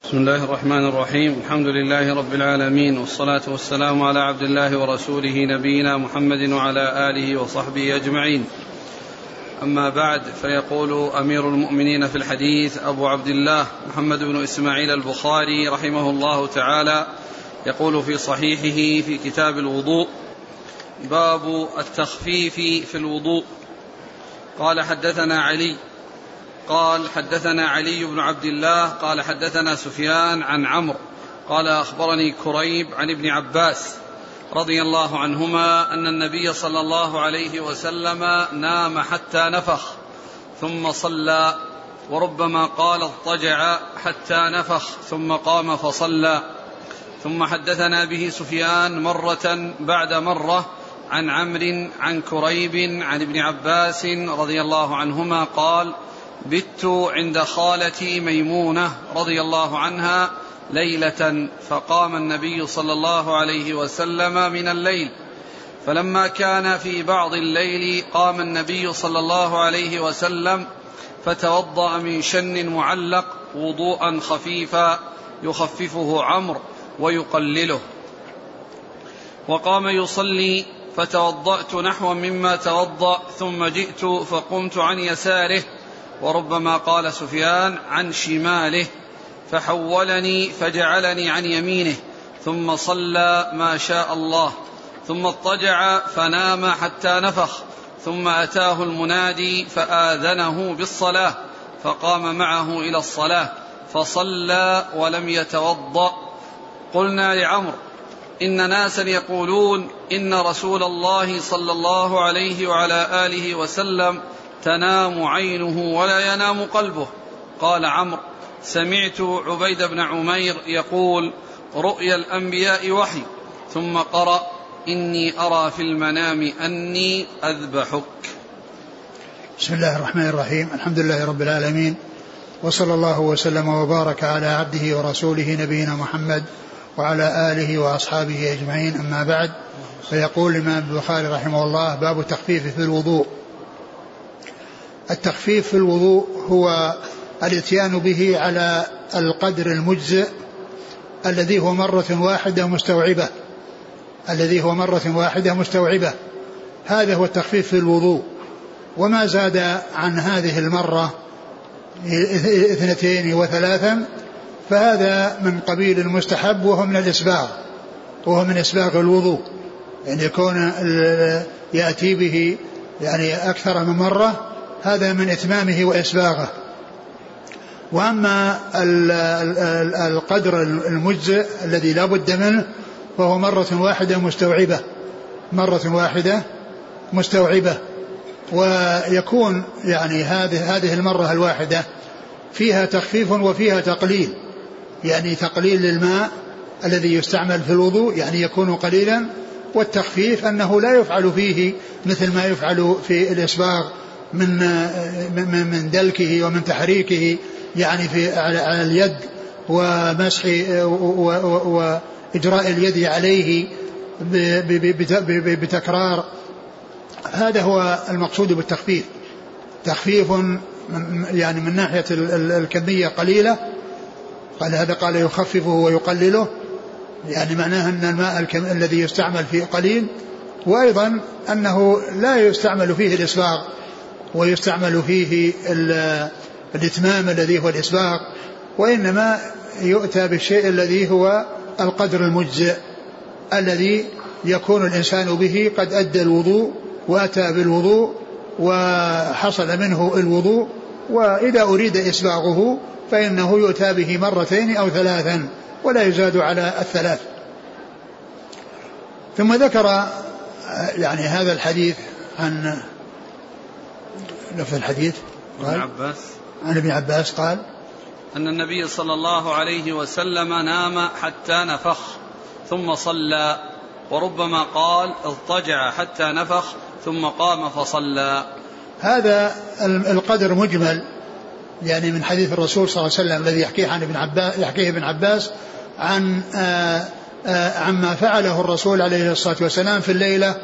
بسم الله الرحمن الرحيم. الحمد لله رب العالمين، والصلاة والسلام على عبد الله ورسوله نبينا محمد وعلى آله وصحبه أجمعين. أما بعد، فيقول أمير المؤمنين في الحديث أبو عبد الله محمد بن إسماعيل البخاري رحمه الله تعالى، يقول في صحيحه في كتاب الوضوء: باب التخفيف في الوضوء. قال حدثنا علي قال حدثنا علي بن عبد الله قال حدثنا سفيان عن عمرو قال أخبرني كريب عن ابن عباس رضي الله عنهما أن النبي صلى الله عليه وسلم نام حتى نفخ ثم صلى، وربما قال اضطجع حتى نفخ ثم قام فصلى. ثم حدثنا به سفيان مرة بعد مرة عن عمرو عن كريب عن ابن عباس رضي الله عنهما قال: بت عند خالتي ميمونة رضي الله عنها ليلة، فقام النبي صلى الله عليه وسلم من الليل، فلما كان في بعض الليل قام النبي صلى الله عليه وسلم فتوضأ من شن معلق وضوءا خفيفا يخففه عمرو ويقلله، وقام يصلي، فتوضأت نحو مما توضأ، ثم جئت فقمت عن يساره، وربما قال سفيان عن شماله، فحولني فجعلني عن يمينه، ثم صلى ما شاء الله، ثم اضطجع فنام حتى نفخ، ثم أتاه المنادي فآذنه بالصلاة، فقام معه إلى الصلاة فصلى ولم يتوضأ. قلنا لعمرو: إن ناسا يقولون إن رسول الله صلى الله عليه وعلى آله وسلم تنام عينه ولا ينام قلبه. قال عمرو: سمعت عبيد بن عمير يقول: رؤيا الأنبياء وحي. ثم قرأ: إني أرى في المنام أني أذبحك. بسم الله الرحمن الرحيم. الحمد لله رب العالمين، وصلى الله وسلم وبارك على عبده ورسوله نبينا محمد وعلى آله وأصحابه أجمعين. أما بعد، فيقول الإمام البخاري رحمه الله: باب التخفيف في الوضوء. التخفيف في الوضوء هو الاتيان به على القدر المجزئ الذي هو مرة واحدة مستوعبة، هذا هو التخفيف في الوضوء. وما زاد عن هذه المرة 2 و3 فهذا من قبيل المستحب، وهو من إسباغ الوضوء، يعني يكون يأتي به يعني أكثر من مرة، هذا من إتمامه وإسباغه. وأما القدر المجزئ الذي لا بد منه فهو مرة واحدة مستوعبة، ويكون يعني هذه المرة الواحدة فيها تخفيف وفيها تقليل، يعني تقليل للماء الذي يستعمل في الوضوء، يعني يكون قليلا، والتخفيف أنه لا يفعل فيه مثل ما يفعل في الإسباغ من دلكه ومن تحريكه، يعني على اليد ومسح وإجراء اليد عليه بتكرار. هذا هو المقصود بالتخفيف، تخفيف يعني من ناحية الكمية قليلة، قال يخففه ويقلله، يعني معناه أن الماء الذي يستعمل فيه قليل، وأيضا أنه لا يستعمل فيه الإسباغ، ويستعمل فيه الإتمام الذي هو الإسباغ، وإنما يؤتى بالشيء الذي هو القدر المجزئ الذي يكون الإنسان به قد أدى الوضوء وأتى بالوضوء وحصل منه الوضوء، وإذا أريد إسباغه فإنه يؤتى به 2 أو 3 ولا يزاد على 3. ثم ذكر يعني هذا الحديث عن لفظ الحديث عن ابن عباس قال: أن النبي صلى الله عليه وسلم نام حتى نفخ ثم صلى، وربما قال اضطجع حتى نفخ ثم قام فصلى. هذا القدر مجمل، يعني من حديث الرسول صلى الله عليه وسلم الذي يحكيه ابن عباس عما فعله الرسول عليه الصلاة والسلام في الليلة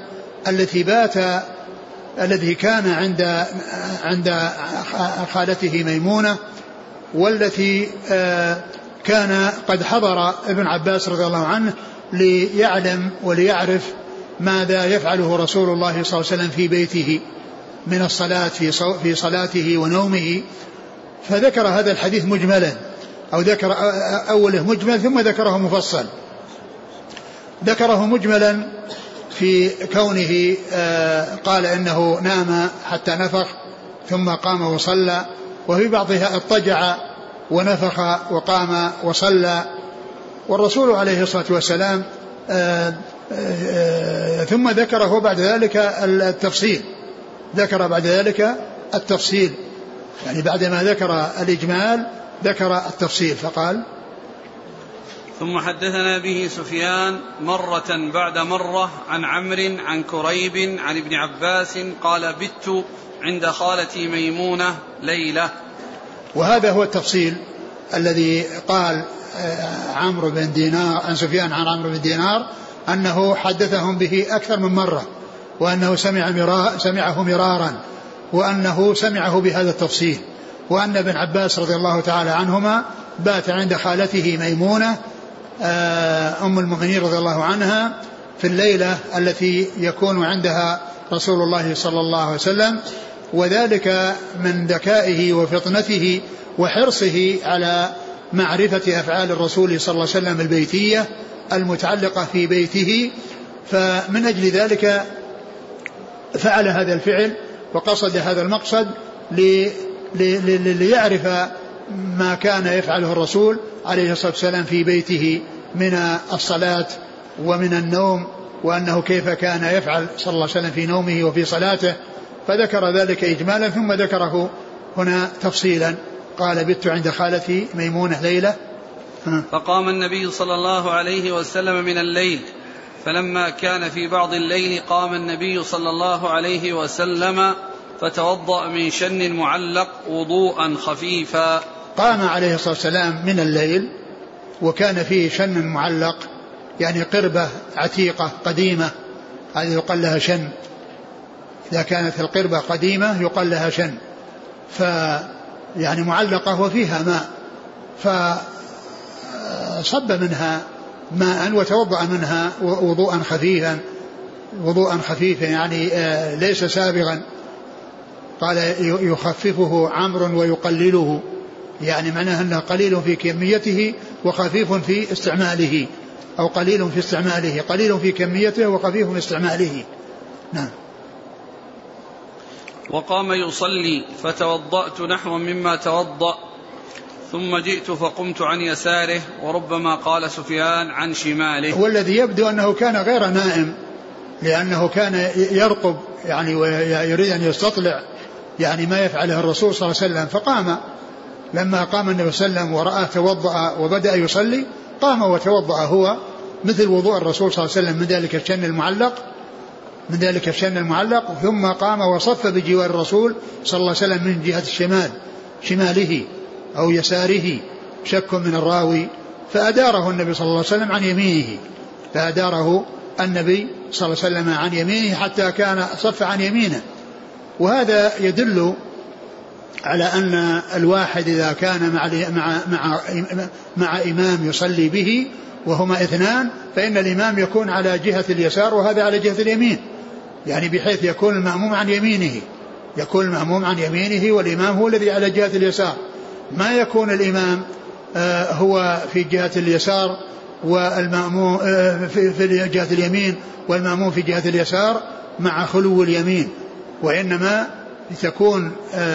التي كان عند خالته ميمونة، والتي كان قد حضر ابن عباس رضي الله عنه ليعلم وليعرف ماذا يفعله رسول الله صلى الله عليه وسلم في بيته من الصلاة في صلاته ونومه، فذكر هذا الحديث مجملا، أو ذكر أوله مجمل ثم ذكره مفصل. ذكره مجملا في كونه قال إنه نام حتى نفخ ثم قام وصلى، وفي بعضها اضطجع ونفخ وقام وصلى. والرسول عليه الصلاة والسلام ثم ذكره بعد ذلك التفصيل، ذكر بعد ذلك التفصيل، يعني بعدما ذكر الإجمال ذكر التفصيل فقال: ثم حدثنا به سفيان مرة بعد مرة عن عمرو عن كريب عن ابن عباس قال: بت عند خالتي ميمونة ليلة. وهذا هو التفصيل الذي قال عمرو بن دينار عن سفيان عن عمرو بن دينار أنه حدثهم به أكثر من مرة، وأنه سمعه مرارا، وأنه سمعه بهذا التفصيل، وأن ابن عباس رضي الله تعالى عنهما بات عند خالته ميمونة أم المؤمنين رضي الله عنها في الليلة التي يكون عندها رسول الله صلى الله عليه وسلم، وذلك من ذكائه وفطنته وحرصه على معرفة أفعال الرسول صلى الله عليه وسلم البيتية المتعلقة في بيته، فمن أجل ذلك فعل هذا الفعل وقصد هذا المقصد ليعرف ما كان يفعله الرسول عليه الصلاة والسلام في بيته من الصلاة ومن النوم، وأنه كيف كان يفعل صلى الله عليه وسلم في نومه وفي صلاته، فذكر ذلك إجمالا ثم ذكره هنا تفصيلا. قال: بت عند خالتي ميمونة ليلة. فقام النبي صلى الله عليه وسلم من الليل، فلما كان في بعض الليل قام النبي صلى الله عليه وسلم فتوضأ من شن معلق وضوءا خفيفا. قام عليه الصلاة والسلام من الليل وكان فيه شن معلق، يعني قربة عتيقة قديمة، هذه يقال لها شن، إذا كانت القربة قديمة يقال لها شن، يعني معلقة وفيها ماء، فصب منها ماء وتوضأ منها وضوءا خفيفا يعني ليس سابغا. قال: يخففه عمرو ويقلله، يعني معناه أنه قليل في كميته وخفيف في استعماله، أو قليل في استعماله، قليل في كميته وخفيف في استعماله. نعم. وقام يصلي فتوضأت نحو مما توضأ، ثم جئت فقمت عن يساره، وربما قال سفيان عن شماله. والذي يبدو أنه كان غير نائم، لأنه كان يرقب يعني ويريد أن يستطلع يعني ما يفعله الرسول صلى الله عليه وسلم، فقام لما قام النبي صلى الله عليه وسلم ورآه توضأ وبدأ يصلي، قام وتوضأ هو مثل وضوء الرسول صلى الله عليه وسلم من ذلك الشن المعلق، ثم قام وصف بجوار الرسول صلى الله عليه وسلم من جهة شماله أو يساره، شك من الراوي، فأداره النبي صلى الله عليه وسلم عن يمينه، عن يمينه حتى كان صف عن يمينه. وهذا يدل على أن الواحد إذا كان مع إمام يصلي به وهما اثنان، فإن الإمام يكون على جهة اليسار وهذا على جهة اليمين، يعني بحيث يكون المأموم عن يمينه والإمام هو الذي على جهة اليسار، ما يكون الإمام هو في جهة اليسار والمأموم في جهة اليمين والمأموم في جهة اليسار مع خلو اليمين، وإنما تكون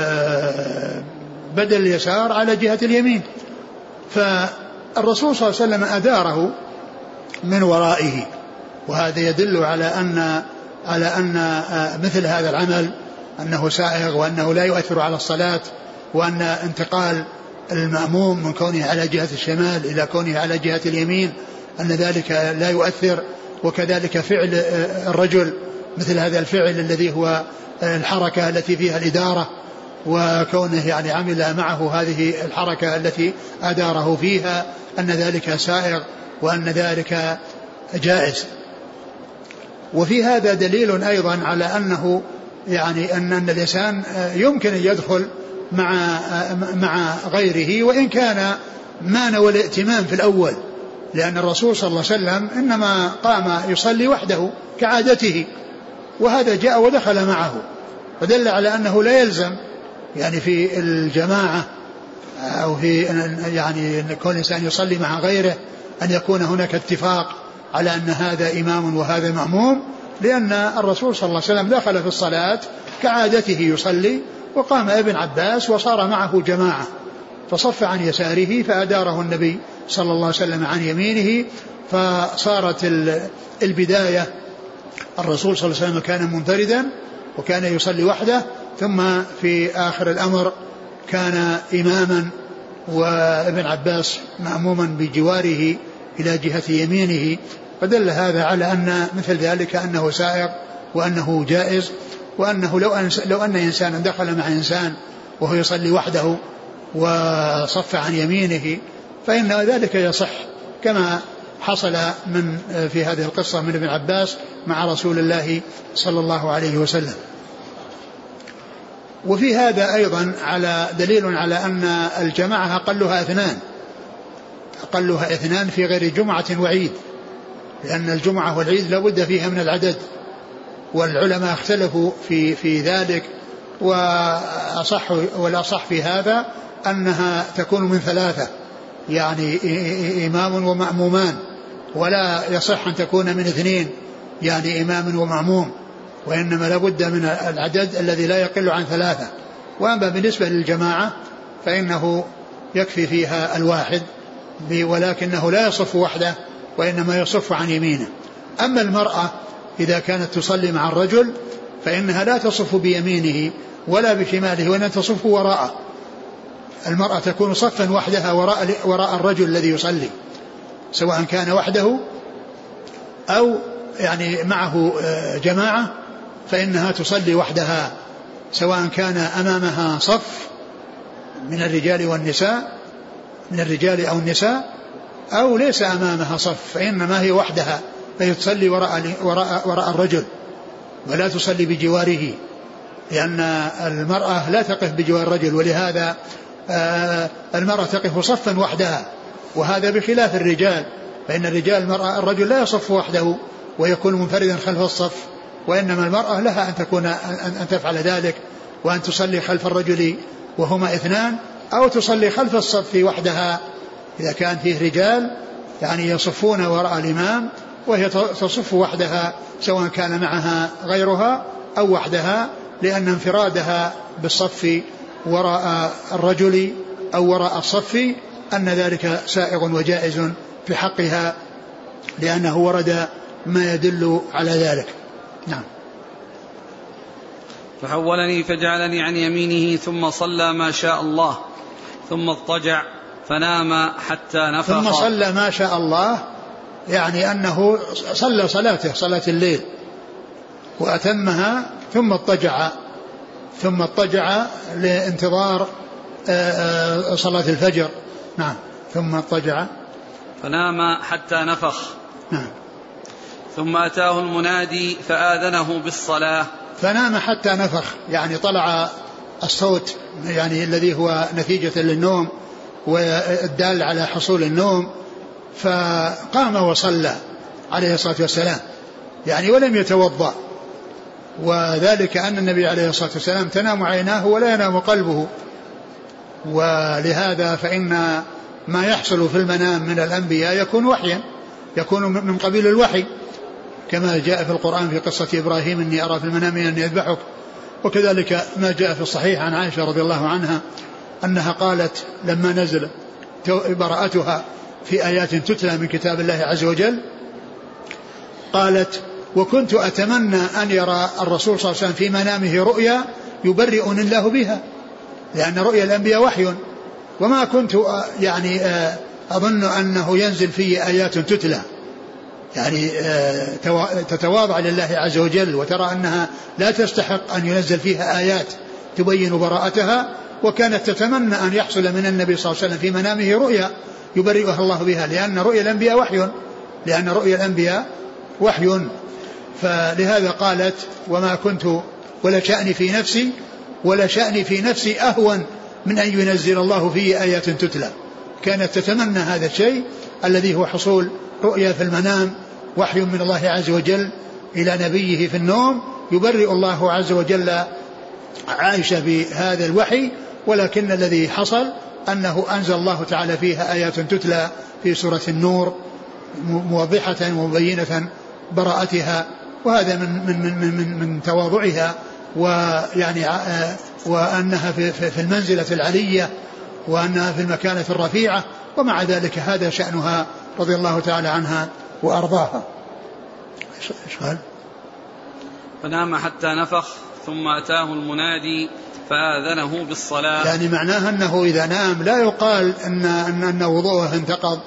بدل اليسار على جهة اليمين. فالرسول صلى الله عليه وسلم أداره من ورائه، وهذا يدل على أن مثل هذا العمل أنه سائغ، وأنه لا يؤثر على الصلاة، وأن انتقال المأموم من كونه على جهة الشمال إلى كونه على جهة اليمين أن ذلك لا يؤثر. وكذلك فعل الرجل مثل هذا الفعل الذي هو الحركة التي فيها الإدارة، وكونه يعني عمل معه هذه الحركة التي أداره فيها، أن ذلك سائغ وأن ذلك جائز. وفي هذا دليل أيضا على أنه يعني أن الإنسان يمكن أن يدخل مع غيره، وإن كان ما نوى الائتمام في الأول، لأن الرسول صلى الله عليه وسلم إنما قام يصلي وحده كعادته، وهذا جاء ودخل معه، فدل على أنه لا يلزم يعني في الجماعة أو في يعني أن كل إنسان يصلي مع غيره أن يكون هناك اتفاق على أن هذا إمام وهذا مأموم، لأن الرسول صلى الله عليه وسلم دخل في الصلاة كعادته يصلي، وقام ابن عباس وصار معه جماعة، فصف عن يساره فأداره النبي صلى الله عليه وسلم عن يمينه، فصارت البداية الرسول صلى الله عليه وسلم كان منفردا وكان يصلي وحده، ثم في آخر الأمر كان إماما وابن عباس مأموما بجواره إلى جهة يمينه، فدل هذا على أن مثل ذلك أنه سائغ وأنه جائز، وأنه لو أن إنسانا دخل مع إنسان وهو يصلي وحده وصف عن يمينه فإن ذلك يصح، كما حصل في هذه القصة من ابن عباس مع رسول الله صلى الله عليه وسلم. وفي هذا أيضا على دليل على أن الجماعة أقلها اثنان في غير جمعة وعيد، لأن الجمعة والعيد لا بد فيها من العدد، والعلماء اختلفوا في ذلك، والأصح في هذا أنها تكون من ثلاثة، يعني إمام ومأمومان، ولا يصح أن تكون من اثنين يعني إمام ومأموم، وإنما لابد من العدد الذي لا يقل عن ثلاثة. وأما بالنسبة للجماعة فإنه يكفي فيها الواحد، ولكنه لا يصف وحده وإنما يصف عن يمينه. أما المرأة إذا كانت تصلي مع الرجل فإنها لا تصف بيمينه ولا بشماله، وإنها تصف وراءه. المرأة تكون صفا وحدها وراء الرجل الذي يصلي، سواء كان وحده أو يعني معه جماعة، فإنها تصلي وحدها، سواء كان أمامها صف من الرجال والنساء، من الرجال أو النساء، أو ليس أمامها صف، فإنما هي وحدها، فهي تصلي وراء الرجل ولا تصلي بجواره، لأن المرأة لا تقف بجوار الرجل، ولهذا المرأة تقف صفا وحدها، وهذا بخلاف الرجال، فإن الرجل لا يصف وحده ويكون منفردا خلف الصف، وإنما المرأة لها أن تفعل ذلك، وأن تصلي خلف الرجل وهما اثنان، أو تصلي خلف الصف وحدها إذا كان فيه رجال يعني يصفون وراء الإمام، وهي تصف وحدها سواء كان معها غيرها أو وحدها، لأن انفرادها بالصف وراء الرجل أو وراء الصف أن ذلك سائغ وجائز في حقها، لأنه ورد ما يدل على ذلك. نعم. فحولني فجعلني عن يمينه ثم صلى ما شاء الله ثم اضطجع فنام حتى نفخ. ثم صلى ما شاء الله يعني أنه صلى صلاته صلاة الليل وأتمها، ثم اضطجع لانتظار صلاة الفجر. نعم. ثم اضطجع فنام حتى نفخ. نعم. ثم أتاه المنادي فآذنه بالصلاة. فنام حتى نفخ يعني طلع الصوت يعني الذي هو نتيجة للنوم والدال على حصول النوم، فقام وصلى عليه الصلاة والسلام يعني ولم يتوضأ، وذلك أن النبي عليه الصلاة والسلام تنام عيناه ولا ينام قلبه، ولهذا فإن ما يحصل في المنام من الأنبياء يكون وحيا، يكون من قبيل الوحي، كما جاء في القرآن في قصة إبراهيم إني أرى في المنام أني أذبحك، وكذلك ما جاء في الصحيح عن عائشة رضي الله عنها أنها قالت لما نزل براءتها في آيات تتلى من كتاب الله عز وجل، قالت وكنت أتمنى أن يرى الرسول صلى الله عليه وسلم في منامه رؤيا يبرئني الله بها، لأن رؤيا الأنبياء وحي، وما كنت يعني أظن أنه ينزل فيه آيات تتلى يعني تتواضع لله عز وجل وترى أنها لا تستحق أن ينزل فيها آيات تبين براءتها، وكانت تتمنى أن يحصل من النبي صلى الله عليه وسلم في منامه رؤيا يبرئها الله بها، لأن رؤيا الأنبياء وحي، فلهذا قالت وما كنت ولا شأني في نفسي أهون من أن ينزل الله فيه آيات تتلى، كانت تتمنى هذا الشيء الذي هو حصول رؤيا في المنام، وحي من الله عز وجل إلى نبيه في النوم، يبرئ الله عز وجل عائشة بهذا الوحي. ولكن الذي حصل أنه أنزل الله تعالى فيها آيات تتلى في سورة النور موضحة ومبينة براءتها، وهذا من تواضعها، ويعني وأنها في المنزلة العلية، وأنها في المكانة الرفيعة، ومع ذلك هذا شأنها رضي الله تعالى عنها وأرضاها. فنام حتى نفخ ثم أتاه المنادي فآذنه بالصلاة. يعني معناها أنه إذا نام لا يقال أن وضوءه انتقض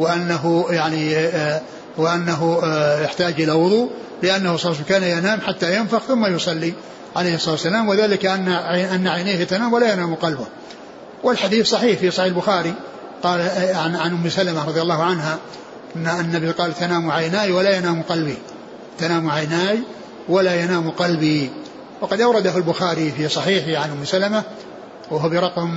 وأنه يحتاج إلى وضوء، لأنه صلى الله عليه وسلم كان ينام حتى ينفخ ثم يصلي عليه الصلاة والسلام، وذلك أن عينيه تنام ولا ينام قلبه. والحديث صحيح في صحيح البخاري، قال عن أم سلمة رضي الله عنها أن النبي قال تنام عيناي ولا ينام قلبي، تنام عيناي ولا ينام قلبي. وقد أورده البخاري في صحيحه عن أم سلمة وهو برقم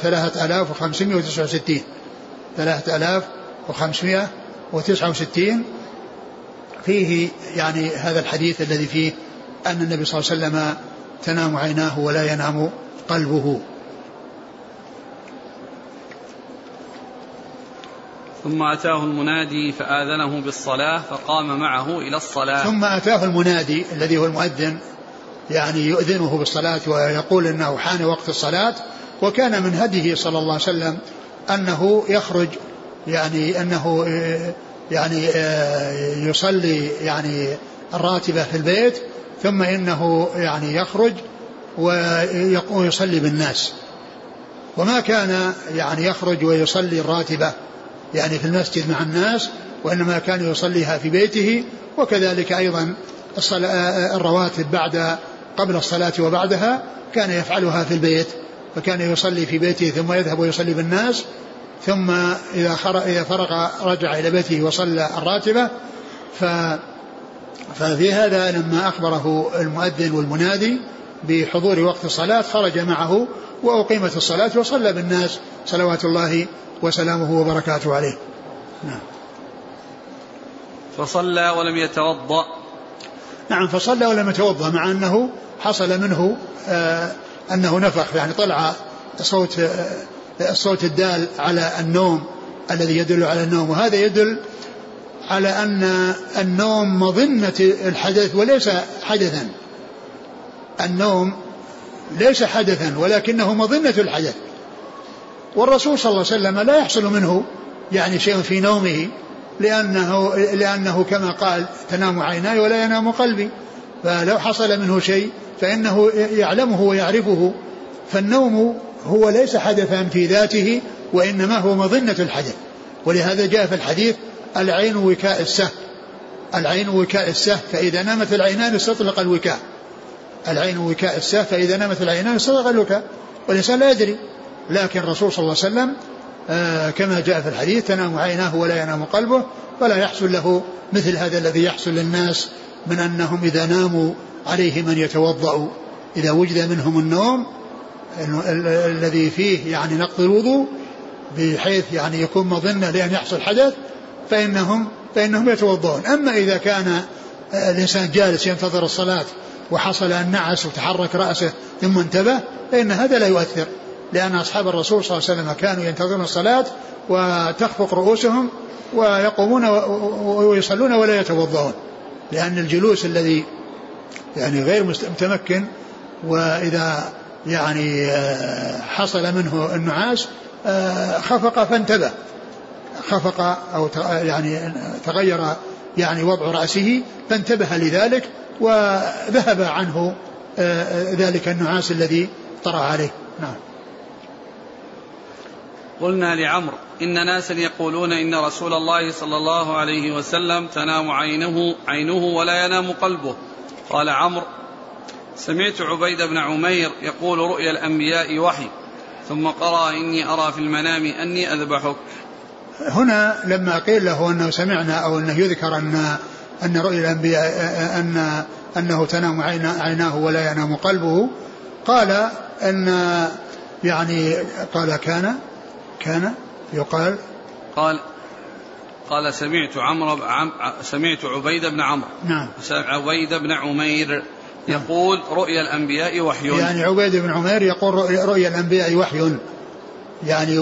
3569 فيه يعني هذا الحديث الذي فيه أن النبي صلى الله عليه وسلم تنام عيناه ولا ينام قلبه. ثم أتاه المنادي فآذنه بالصلاة فقام معه إلى الصلاة. ثم أتاه المنادي الذي هو المؤذن يعني يؤذنه بالصلاة ويقول إنه حان وقت الصلاة. وكان من هديه صلى الله عليه وسلم أنه يخرج يعني أنه يعني يصلي يعني الراتبة في البيت، ثم إنه يعني يخرج ويصلي بالناس، وما كان يعني يخرج ويصلي الراتبة يعني في المسجد مع الناس، وإنما كان يصليها في بيته. وكذلك أيضا الرواتب قبل الصلاة وبعدها كان يفعلها في البيت، فكان يصلي في بيته ثم يذهب ويصلي بالناس، ثم إذا فرغ رجع إلى بيته وصلى الراتبة. ففي هذا لما أخبره المؤذن والمنادي بحضور وقت الصلاة خرج معه وأقيمت الصلاة وصلى بالناس صلوات الله وسلامه وبركاته عليه. نعم. فصلى ولم يتوضأ. نعم فصلى ولم يتوضأ، مع أنه حصل منه أنه نفخ، يعني طلع الصوت الدال على النوم الذي يدل على النوم، وهذا يدل على أن النوم مظنة الحدث وليس حدثا. النوم ليس حدثا ولكنه مظنة الحدث، والرسول صلى الله عليه وسلم لا يحصل منه يعني شيء في نومه، لأنه كما قال تنام عيناي ولا ينام قلبي، فلو حصل منه شيء فإنه يعلمه ويعرفه. فالنوم هو ليس حدثا في ذاته، وإنما هو مظنة الحدث. ولهذا جاء في الحديث العين وكاء السهم، العين وكاء السهم، فإذا نامت العينان استطلق الوكاء، العين وكاء السهم، فإذا نامت العينان استطلق الوكاء، والإنسان لا يدري. لكن الرسول صلى الله عليه وسلم كما جاء في الحديث تنام عيناه ولا ينام قلبه، فلا يحصل له مثل هذا الذي يحصل للناس من أنهم إذا ناموا عليهم أن يتوضأوا، إذا وجد منهم النوم الذي فيه يعني نقض الوضوء بحيث يعني يكون مظنة لأن يحصل حدث فإنهم يتوضؤون. أما إذا كان الإنسان جالس ينتظر الصلاة وحصل النعس وتحرك رأسه ثم انتبه فإن هذا لا يؤثر، لأن أصحاب الرسول صلى الله عليه وسلم كانوا ينتظرون الصلاة وتخفق رؤوسهم ويقومون ويصلون ولا يتوضؤون، لأن الجلوس الذي يعني غير متمكن وإذا يعني حصل منه النعاس خفق فانتبه، خفق أو يعني تغير يعني وضع رأسه فانتبه لذلك وذهب عنه ذلك النعاس الذي طرأ عليه. نعم. قلنا لعمرو إن ناسا يقولون إن رسول الله صلى الله عليه وسلم تنام عينه ولا ينام قلبه. قال عمرو سمعت عبيد بن عمير يقول رؤيا الأنبياء وحي، ثم قرأ إني أرى في المنام أني أذبحك. هنا لما قيل له أنه سمعنا أو أنه يذكر أن رؤيا الأنبياء أنه تنام عيناه ولا ينام قلبه، قال أن يعني قال كان يقال قال سمعت عبيد بن عمرو نعم عبيد بن عمير يقول رؤيا الأنبياء وحي. يعني عبيد بن عمير يقول رؤيا الأنبياء وحي، يعني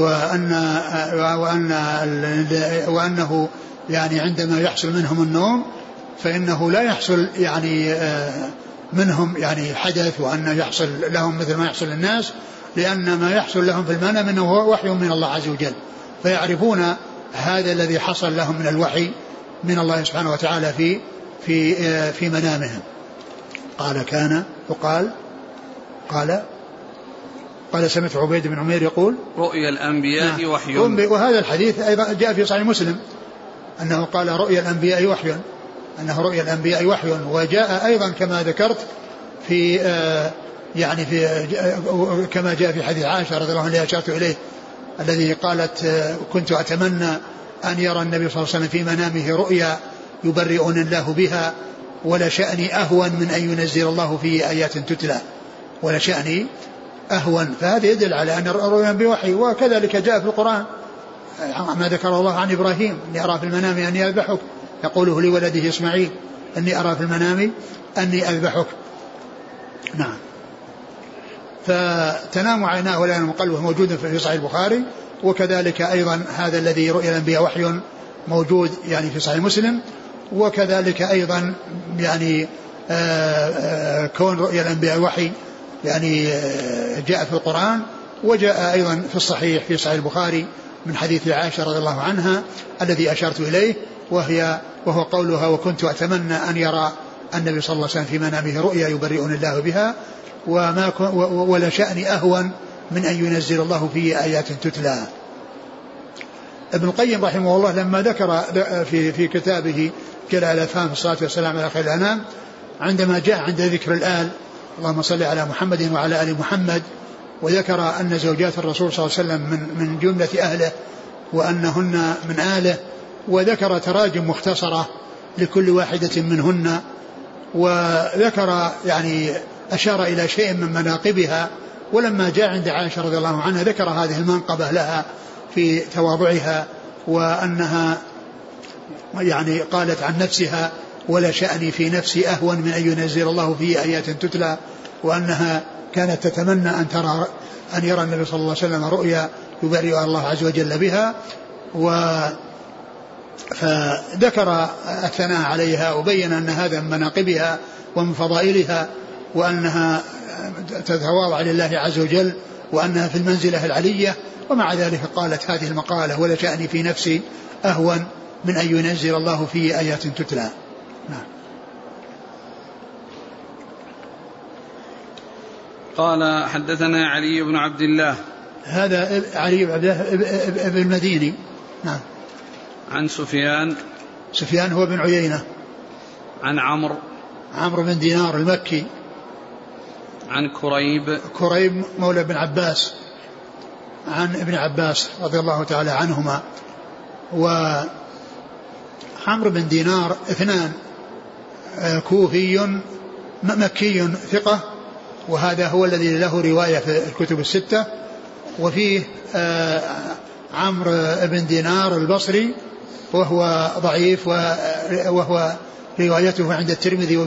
وأنه يعني عندما يحصل منهم النوم فإنه لا يحصل يعني منهم يعني حدث وأن يحصل لهم مثل ما يحصل للناس، لأن ما يحصل لهم في المنام إنه هو وحي من الله عز وجل، فيعرفون هذا الذي حصل لهم من الوحي من الله سبحانه وتعالى في منامهم. قال كان يقال قال سمعت عبيد بن عمير يقول رؤيا الأنبياء وحي. وهذا الحديث أيضا جاء في صحيح مسلم أنه قال رؤيا الأنبياء وحي، أنه رؤيا الأنبياء وحي. وجاء أيضا كما ذكرت في يعني في كما جاء في حديث عائشة رضي الله عنها أشرت إليه الذي قالت كنت أتمنى أن يرى النبي صلى الله عليه وسلم في منامه رؤيا يبرئون الله بها ولا شأني أهون من أن ينزل الله فيه آيات تتلى، ولا شأني أهون. فهذا يدل على أن الرؤيا بوحي. وكذلك جاء في القرآن ما ذكر الله عن إبراهيم إني أرى في المنام أني أذبحك، يقوله لولده إسماعيل إني أرى في المنام أني أذبحك. نعم. فتنام عيناه ولا ينام قلبه موجود في صحيح البخاري، وكذلك أيضا هذا الذي رؤيا الأنبياء وحي موجود يعني في صحيح مسلم، وكذلك أيضا يعني كون رؤيا الأنبياء وحي يعني جاء في القرآن، وجاء أيضا في الصحيح في صحيح البخاري من حديث عائشة رضي الله عنها الذي أشرت إليه، وهو قولها وكنت أتمنى أن يرى النبي صلى الله عليه وسلم في منامه رؤيا يبرئون الله بها ولا شأن أهون من أن ينزل الله فيه آيات تتلى. ابن القيم رحمه الله لما ذكر في كتابه كلا الأفهام في الصلاة والسلام على خير الأنام، عندما جاء عند ذكر الآل اللهم صل على محمد وعلى آل محمد، وذكر أن زوجات الرسول صلى الله عليه وسلم من جملة أهله وأنهن من آله، وذكر تراجم مختصرة لكل واحدة منهن، وذكر يعني أشار إلى شيء من مناقبها. ولما جاء عند عائشة رضي الله عنها ذكر هذه المنقبة لها في تواضعها، وأنها يعني قالت عن نفسها ولا شأني في نفسي أهون من أن ينزل الله فيه آيات تتلى، وأنها كانت تتمنى أن يرى النبي صلى الله عليه وسلم رؤيا يبرئ الله عز وجل بها. فذكر الثناء عليها وبين أن هذا من مناقبها ومن فضائلها، وأنها تتواضع لله عز وجل، وأنها في المنزلة العلية. ومع ذلك قالت هذه المقالة ولا شأني في نفسي أهون من أن ينزل الله فيه آيات تتلى. نعم. قال حدثنا علي بن عبد الله، هذا علي بن عبد الله ابن المديني. نعم. عن سفيان هو بن عيينة، عن عمرو بن دينار المكي، عن كريب مولى بن عباس عن ابن عباس رضي الله تعالى عنهما. وعمرو بن دينار اثنان، كوفي مكي ثقة، وهذا هو الذي له رواية في الكتب الستة. وفيه عمرو بن دينار البصري وهو ضعيف، وهو روايته عند الترمذي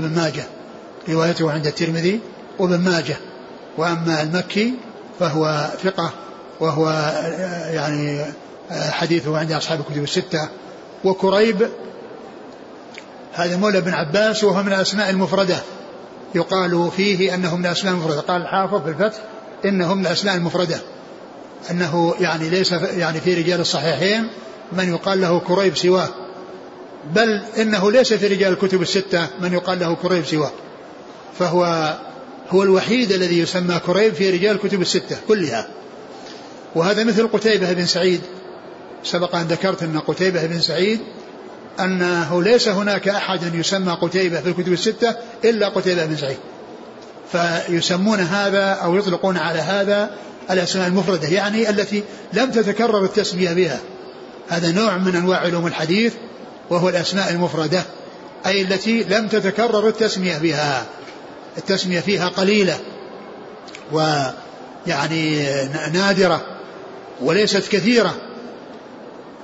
وابن ماجه، وأما المكي فهو ثقة، وهو يعني حديثه عند أصحاب الكتب الستة. وكريب هذا مولى بن عباس، وهو من الأسماء المفردة، يقال فيه أنه من الأسماء المفردة. قال الحافظ في الفتح إنه من الأسماء المفردة، أنه يعني ليس يعني في رجال الصحيحين من يقال له كريب سواه، بل إنه ليس في رجال الكتب الستة من يقال له كريب سواه، فهو الوحيد الذي يسمى كريب في رجال الكتب الستة كلها. وهذا مثل قتيبة بن سعيد، سبق أن ذكرت أن قتيبة بن سعيد أنه ليس هناك أحد يسمى قتيبة في الكتب الستة إلا قتيبة بن سعيد، فيسمون هذا أو يطلقون على هذا الأسماء المفردة، يعني التي لم تتكرر التسمية بها. هذا نوع من أنواع علوم الحديث، وهو الأسماء المفردة، أي التي لم تتكرر التسمية بها، التسمية فيها قليلة ويعني نادرة وليست كثيرة،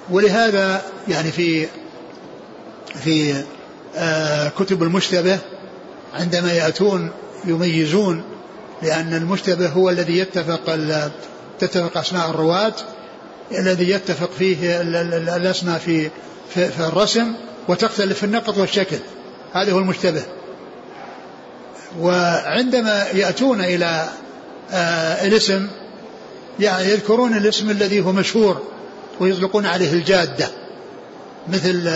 ولهذا يعني في كتب المشتبه عندما يأتون يميزون، لأن المشتبه هو الذي تتفق أسماء الرواة، الذي يتفق فيه الأسماء في الرسم وتختلف في النقط والشكل، هذا هو المشتبه. وعندما يأتون إلى الاسم يعني يذكرون الاسم الذي هو مشهور ويطلقون عليه الجادة، مثل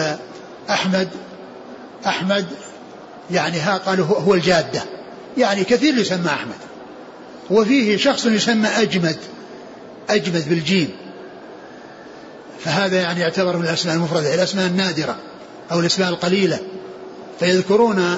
أحمد يعني قالوا هو الجادة، يعني كثير يسمى أحمد. وفيه شخص يسمى أجمد بالجيم، فهذا يعني يعتبر من الأسماء المفردة، الأسماء النادرة أو الأسماء القليلة، فيذكرون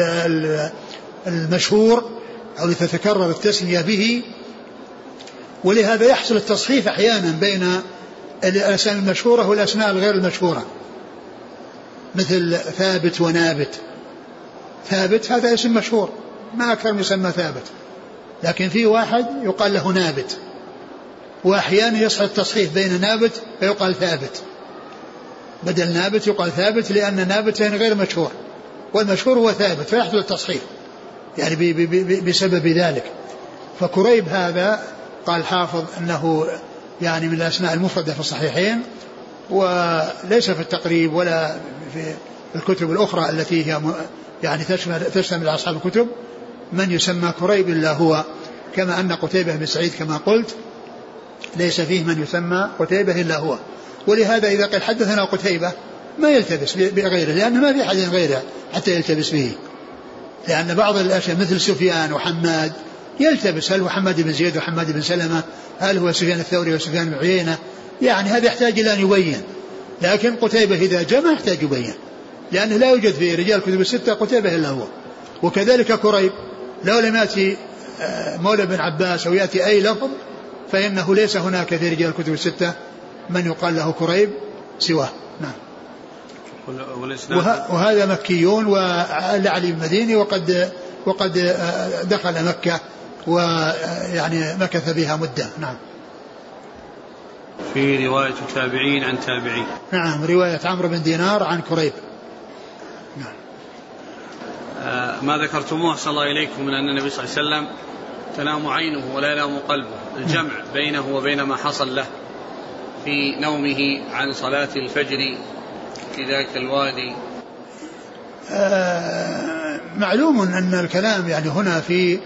المشهور أو لتتكرر التسمية به. ولهذا يحصل التصحيف أحيانا بين الأسماء المشهورة والأسماء الغير المشهورة، مثل ثابت ونابت. ثابت هذا اسم مشهور ما أكثر من يسمى ثابت، لكن في واحد يقال له نابت، وأحيانا يصحى التصحيح بين نابت فيقال ثابت، بدل نابت يقال ثابت، لأن نابتين غير مشهور والمشهور هو ثابت، فيحصل التصحيح يعني بسبب ذلك. فكريب هذا قال حافظ أنه يعني من الأسماء المفردة في الصحيحين، وليس في التقريب ولا في الكتب الأخرى التي هي يعني تشتمل أصحاب الكتب من يسمى كريب إلا هو، كما أن قتيبة بن سعيد كما قلت ليس فيه من يسمى قتيبة إلا هو. ولهذا إذا قال حدثنا قتيبة ما يلتبس بغيره، لأنه ما في أحد غيره حتى يلتبس به، لأن بعض الأشياء مثل سفيان وحماد يلتبس، هل هو حماد بن زيد وحماد بن سلمة، هل هو سفيان الثوري وسفيان بن عيينة، يعني هذا يحتاج إلى أن يبين. لكن قتيبة إذا جمع يحتاج يبين، لأنه لا يوجد في رجال كتب الستة قتيبة إلا هو. وكذلك كريب لو لم يأتي مولى بن عباس أو يأتي أي لفظ فإنه ليس هناك في رجال كتب الستة من يقال له كريب سواه. نعم. وهذا مكيون ولعلي المديني وقد دخل مكة ويعني مكث بها مدة. نعم. في رواية تابعين عن تابعين. نعم، رواية عمرو بن دينار عن كريب. نعم. ما ذكرتموه صلى الله إليكم من أن النبي صلى الله عليه وسلم تنام عينه ولا ينام قلبه، الجمع بينه وبين ما حصل له في نومه عن صلاة الفجر في ذاك الوادي. معلوم أن الكلام يعني هنا في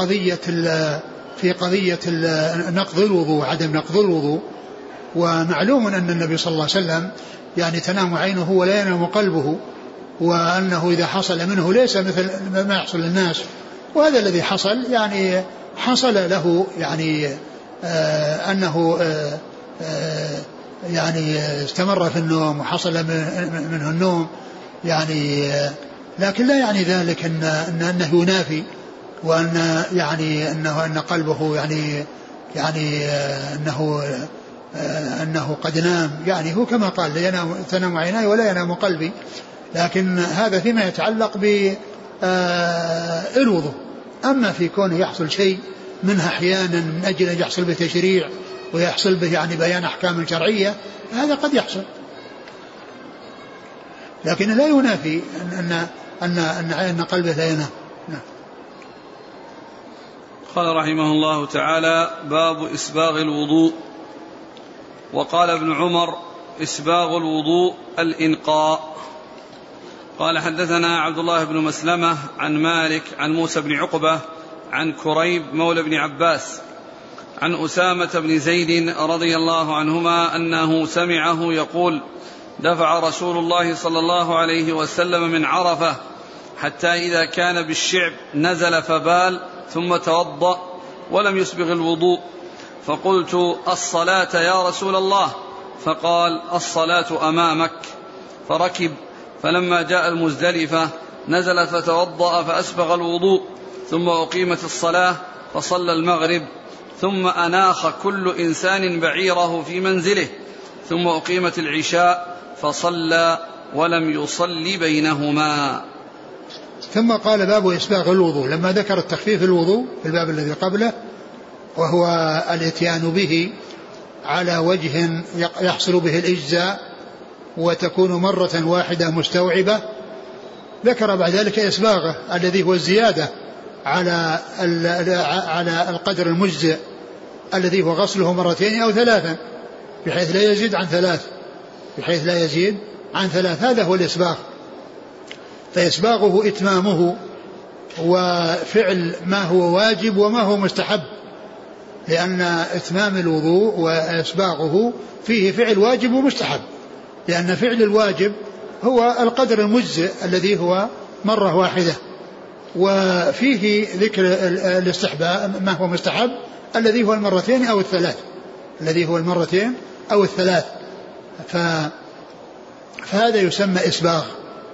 قضية نقض الوضوء، عدم نقض الوضوء. ومعلوم أن النبي صلى الله عليه وسلم يعني تنام عينه ولا ينام قلبه، وأنه إذا حصل منه ليس مثل ما يحصل للناس. وهذا الذي حصل يعني حصل له يعني أنه يعني استمر في النوم وحصل منه النوم يعني، لكن لا يعني ذلك أنه ينافي، وأن يعني أن قلبه يعني أنه قد نام. يعني هو كما قال تنام عيناي ولا ينام قلبي، لكن هذا فيما يتعلق بالوضوء. أما في كونه يحصل شيء منها أحيانا من أجل أن يحصل به تشريع ويحصل به يعني بيان أحكام شرعية، هذا قد يحصل، لكن لا ينافي أن قلبه لا ينام. نعم. قال رحمه الله تعالى: باب إسباغ الوضوء. وقال ابن عمر: إسباغ الوضوء الإنقاء. قال: حدثنا عبد الله بن مسلمة عن مالك عن موسى بن عقبة عن كريب مولى بن عباس عن أسامة بن زيد رضي الله عنهما أنه سمعه يقول: دفع رسول الله صلى الله عليه وسلم من عرفة حتى إذا كان بالشعب نزل فبال ثم توضأ ولم يسبغ الوضوء، فقلت: الصلاة يا رسول الله؟ فقال: الصلاة أمامك. فركب، فلما جاء المزدلفة نزل فتوضأ فأسبغ الوضوء، ثم أقيمت الصلاة فصلى المغرب، ثم أناخ كل إنسان بعيره في منزله، ثم أقيمت العشاء فصلى ولم يصلي بينهما. ثم قال: باب إسباغ الوضوء. لما ذكر التخفيف الوضوء في الباب الذي قبله وهو الاتيان به على وجه يحصل به الإجزاء وتكون مرة واحدة مستوعبة. ذكر بعد ذلك إسباغه الذي هو الزيادة على القدر المجزئ الذي هو غسله مرتين أو ثلاثا بحيث لا يزيد عن ثلاث. هذا هو الإسباغ. فإسباغه إتمامه وفعل ما هو واجب وما هو مستحب، لأن إتمام الوضوء وإسباغه فيه فعل واجب ومستحب، لأن فعل الواجب هو القدر المجزئ الذي هو مرة واحدة، وفيه ذكر الاستحباب ما هو مستحب الذي هو المرتين أو الثلاث. فهذا يسمى إسباغ.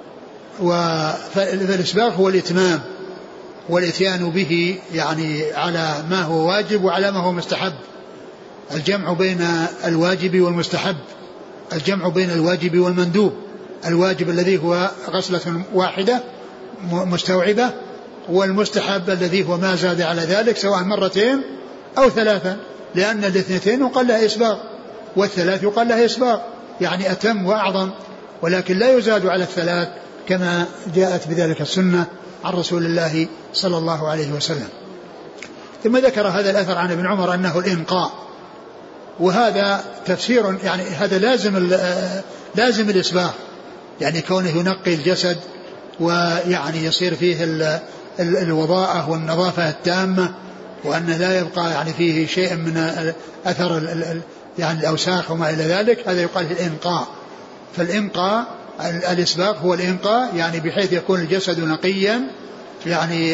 فالإسباغ هو الإتمام والإتيان به يعني على ما هو واجب وعلى ما هو مستحب، الجمع بين الواجب والمستحب، الجمع بين الواجب والمندوب، الواجب الذي هو غسلة واحدة مستوعبة، والمستحب الذي هو ما زاد على ذلك سواء مرتين أو ثلاثا، لأن الاثنتين يقال لها إسباغ والثلاث يقال لها إسباغ، يعني أتم وأعظم، ولكن لا يزاد على الثلاث كما جاءت بذلك السنة عن رسول الله صلى الله عليه وسلم. ثم ذكر هذا الأثر عن ابن عمر أنه الإنقاء، وهذا تفسير يعني هذا لازم الإسباغ، يعني كونه ينقي الجسد ويعني يصير فيه الوضاءة والنظافة التامة، وأن لا يبقى يعني فيه شيء من أثر يعني الأوساخ وما إلى ذلك، هذا يقال الإنقاء. فالإنقاء الإسباغ هو الإنقاء، يعني بحيث يكون الجسد نقيا، يعني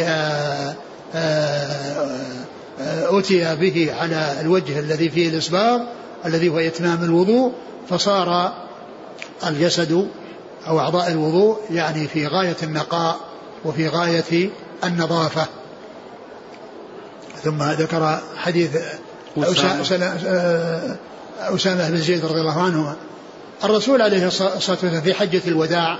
أتي به على الوجه الذي فيه الإسباغ الذي هو إتمام الوضوء، فصار الجسد أو أعضاء الوضوء يعني في غاية النقاء وفي غاية النظافة. ثم ذكر حديث أسامة بن زيد رضي الله عنه. الرسول عليه الصلاة والسلام في حجة الوداع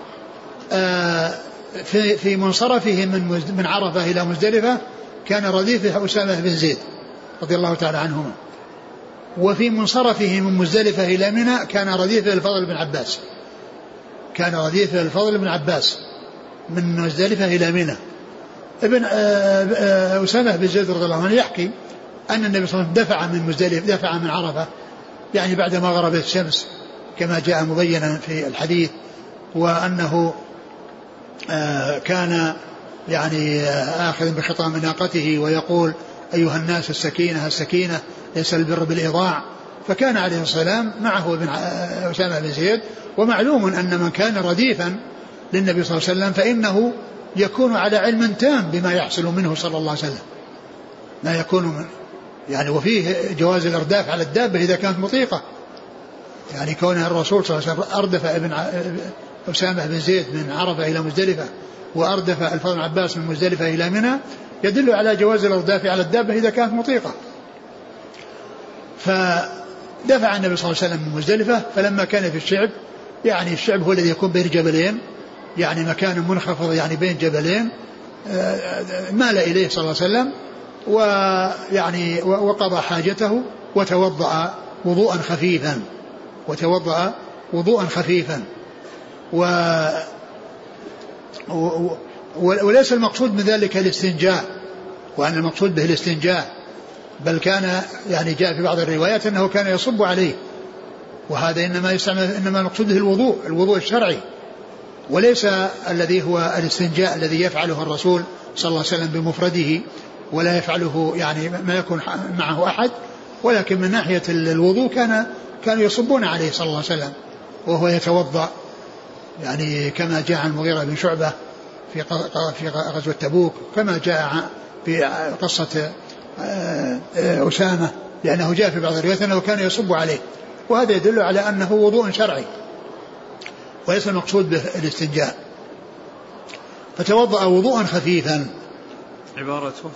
في منصرفه من عرفة إلى مزدلفة كان رديفه أسامة بن زيد رضي الله تعالى عنهما، وفي منصرفه من مزدلفة إلى منى كان رديفه الفضل بن عباس من مزدلفة إلى منى. ابن أسامة بن زيد رضي الله عنه يحكي أن النبي صلى الله عليه وسلم دفع من عرفة يعني بعدما غربت الشمس كما جاء مبينا في الحديث، وأنه كان يعني آخذ بخطام ناقته ويقول أيها الناس السكينة ليس البر بالإضاع. فكان عليه السلام معه ابن أسامة بن زيد، ومعلوم أن من كان رديفا للنبي صلى الله عليه وسلم فإنه يكون على علم تام بما يحصل منه صلى الله عليه وسلم، ما يكون من يعني، وفيه جواز الإرداف على الدابة إذا كانت مطيقة، يعني كون الرسول صلى الله عليه وسلم أردف ابن أسامة بن زيد من عرفة إلى مزدلفة وأردف الفضل بن عباس من مزدلفة إلى منى يدل على جواز الإرداف على الدابة إذا كانت مطيقة. فدفع النبي صلى الله عليه وسلم من مزدلفة، فلما كان في الشعب، يعني الشعب هو الذي يكون بين جبلين، يعني مكان منخفض يعني بين جبلين، مال إليه صلى الله عليه وسلم ويعني وقضى حاجته وتوضأ وضوءا خفيفا وليس المقصود من ذلك الاستنجاء، وأن المقصود به الاستنجاء، بل كان يعني جاء في بعض الروايات أنه كان يصب عليه، وهذا إنما المقصود به الوضوء الشرعي، وليس الذي هو الاستنجاء الذي يفعله الرسول صلى الله عليه وسلم بمفرده، ولا يفعله يعني ما يكون معه أحد، ولكن من ناحية الوضوء كانوا يصبون عليه صلى الله عليه وسلم وهو يتوضأ، يعني كما جاء عن المغيرة بن شعبة في غزوة تبوك، كما جاء في قصة أسامة، لأنه جاء في بعض الروايات أنه كان يصب عليه، وهذا يدل على أنه وضوء شرعي وليس المقصود به الاستنجاء. فتوضأ وضوءا خفيفا، عبارته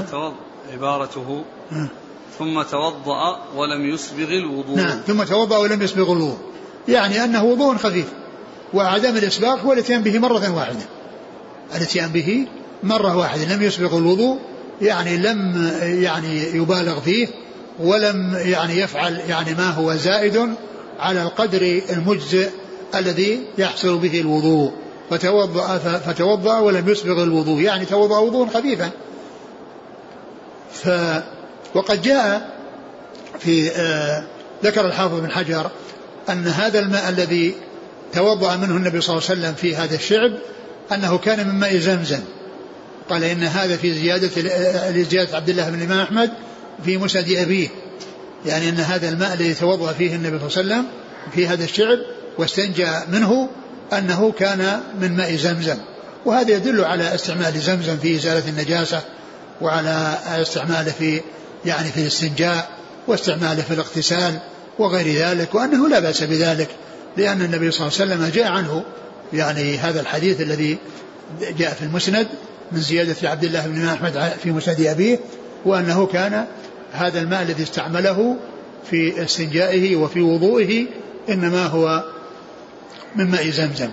ثم توضأ ولم يسبغ الوضوء. نعم، ثم توضأ ولم يسبغ الوضوء، يعني أنه وضوء خفيف، وعدم الإسباغ هو الاتيان به مرة واحدة، لم يسبغ الوضوء، يعني لم يعني يبالغ فيه، ولم يعني يفعل يعني ما هو زائد على القدر المجزئ الذي يحصل به الوضوء، فتوضأ ولم يسبغ الوضوء، يعني توضأ وضوء خفيفا. وقد جاء في ذكر الحافظ بن حجر أن هذا الماء الذي توضأ منه النبي صلى الله عليه وسلم في هذا الشعب أنه كان من ماء زمزم. قال إن هذا في زيادة عبد الله بن الإمام أحمد في مسند أبيه، يعني أن هذا الماء الذي توضأ فيه النبي صلى الله عليه وسلم في هذا الشعب واستنجى منه أنه كان من ماء زمزم. وهذا يدل على استعمال زمزم في إزالة النجاسة، وعلى استعماله في يعني في الاستنجاء، واستعماله في الاغتسال وغير ذلك، وأنه لا بأس بذلك، لأن النبي صلى الله عليه وسلم جاء عنه يعني هذا الحديث الذي جاء في المسند من زيادة عبد الله بن أحمد في مسند أبيه، وأنه كان هذا الماء الذي استعمله في استنجائه وفي وضوئه إنما هو من ماء زمزم.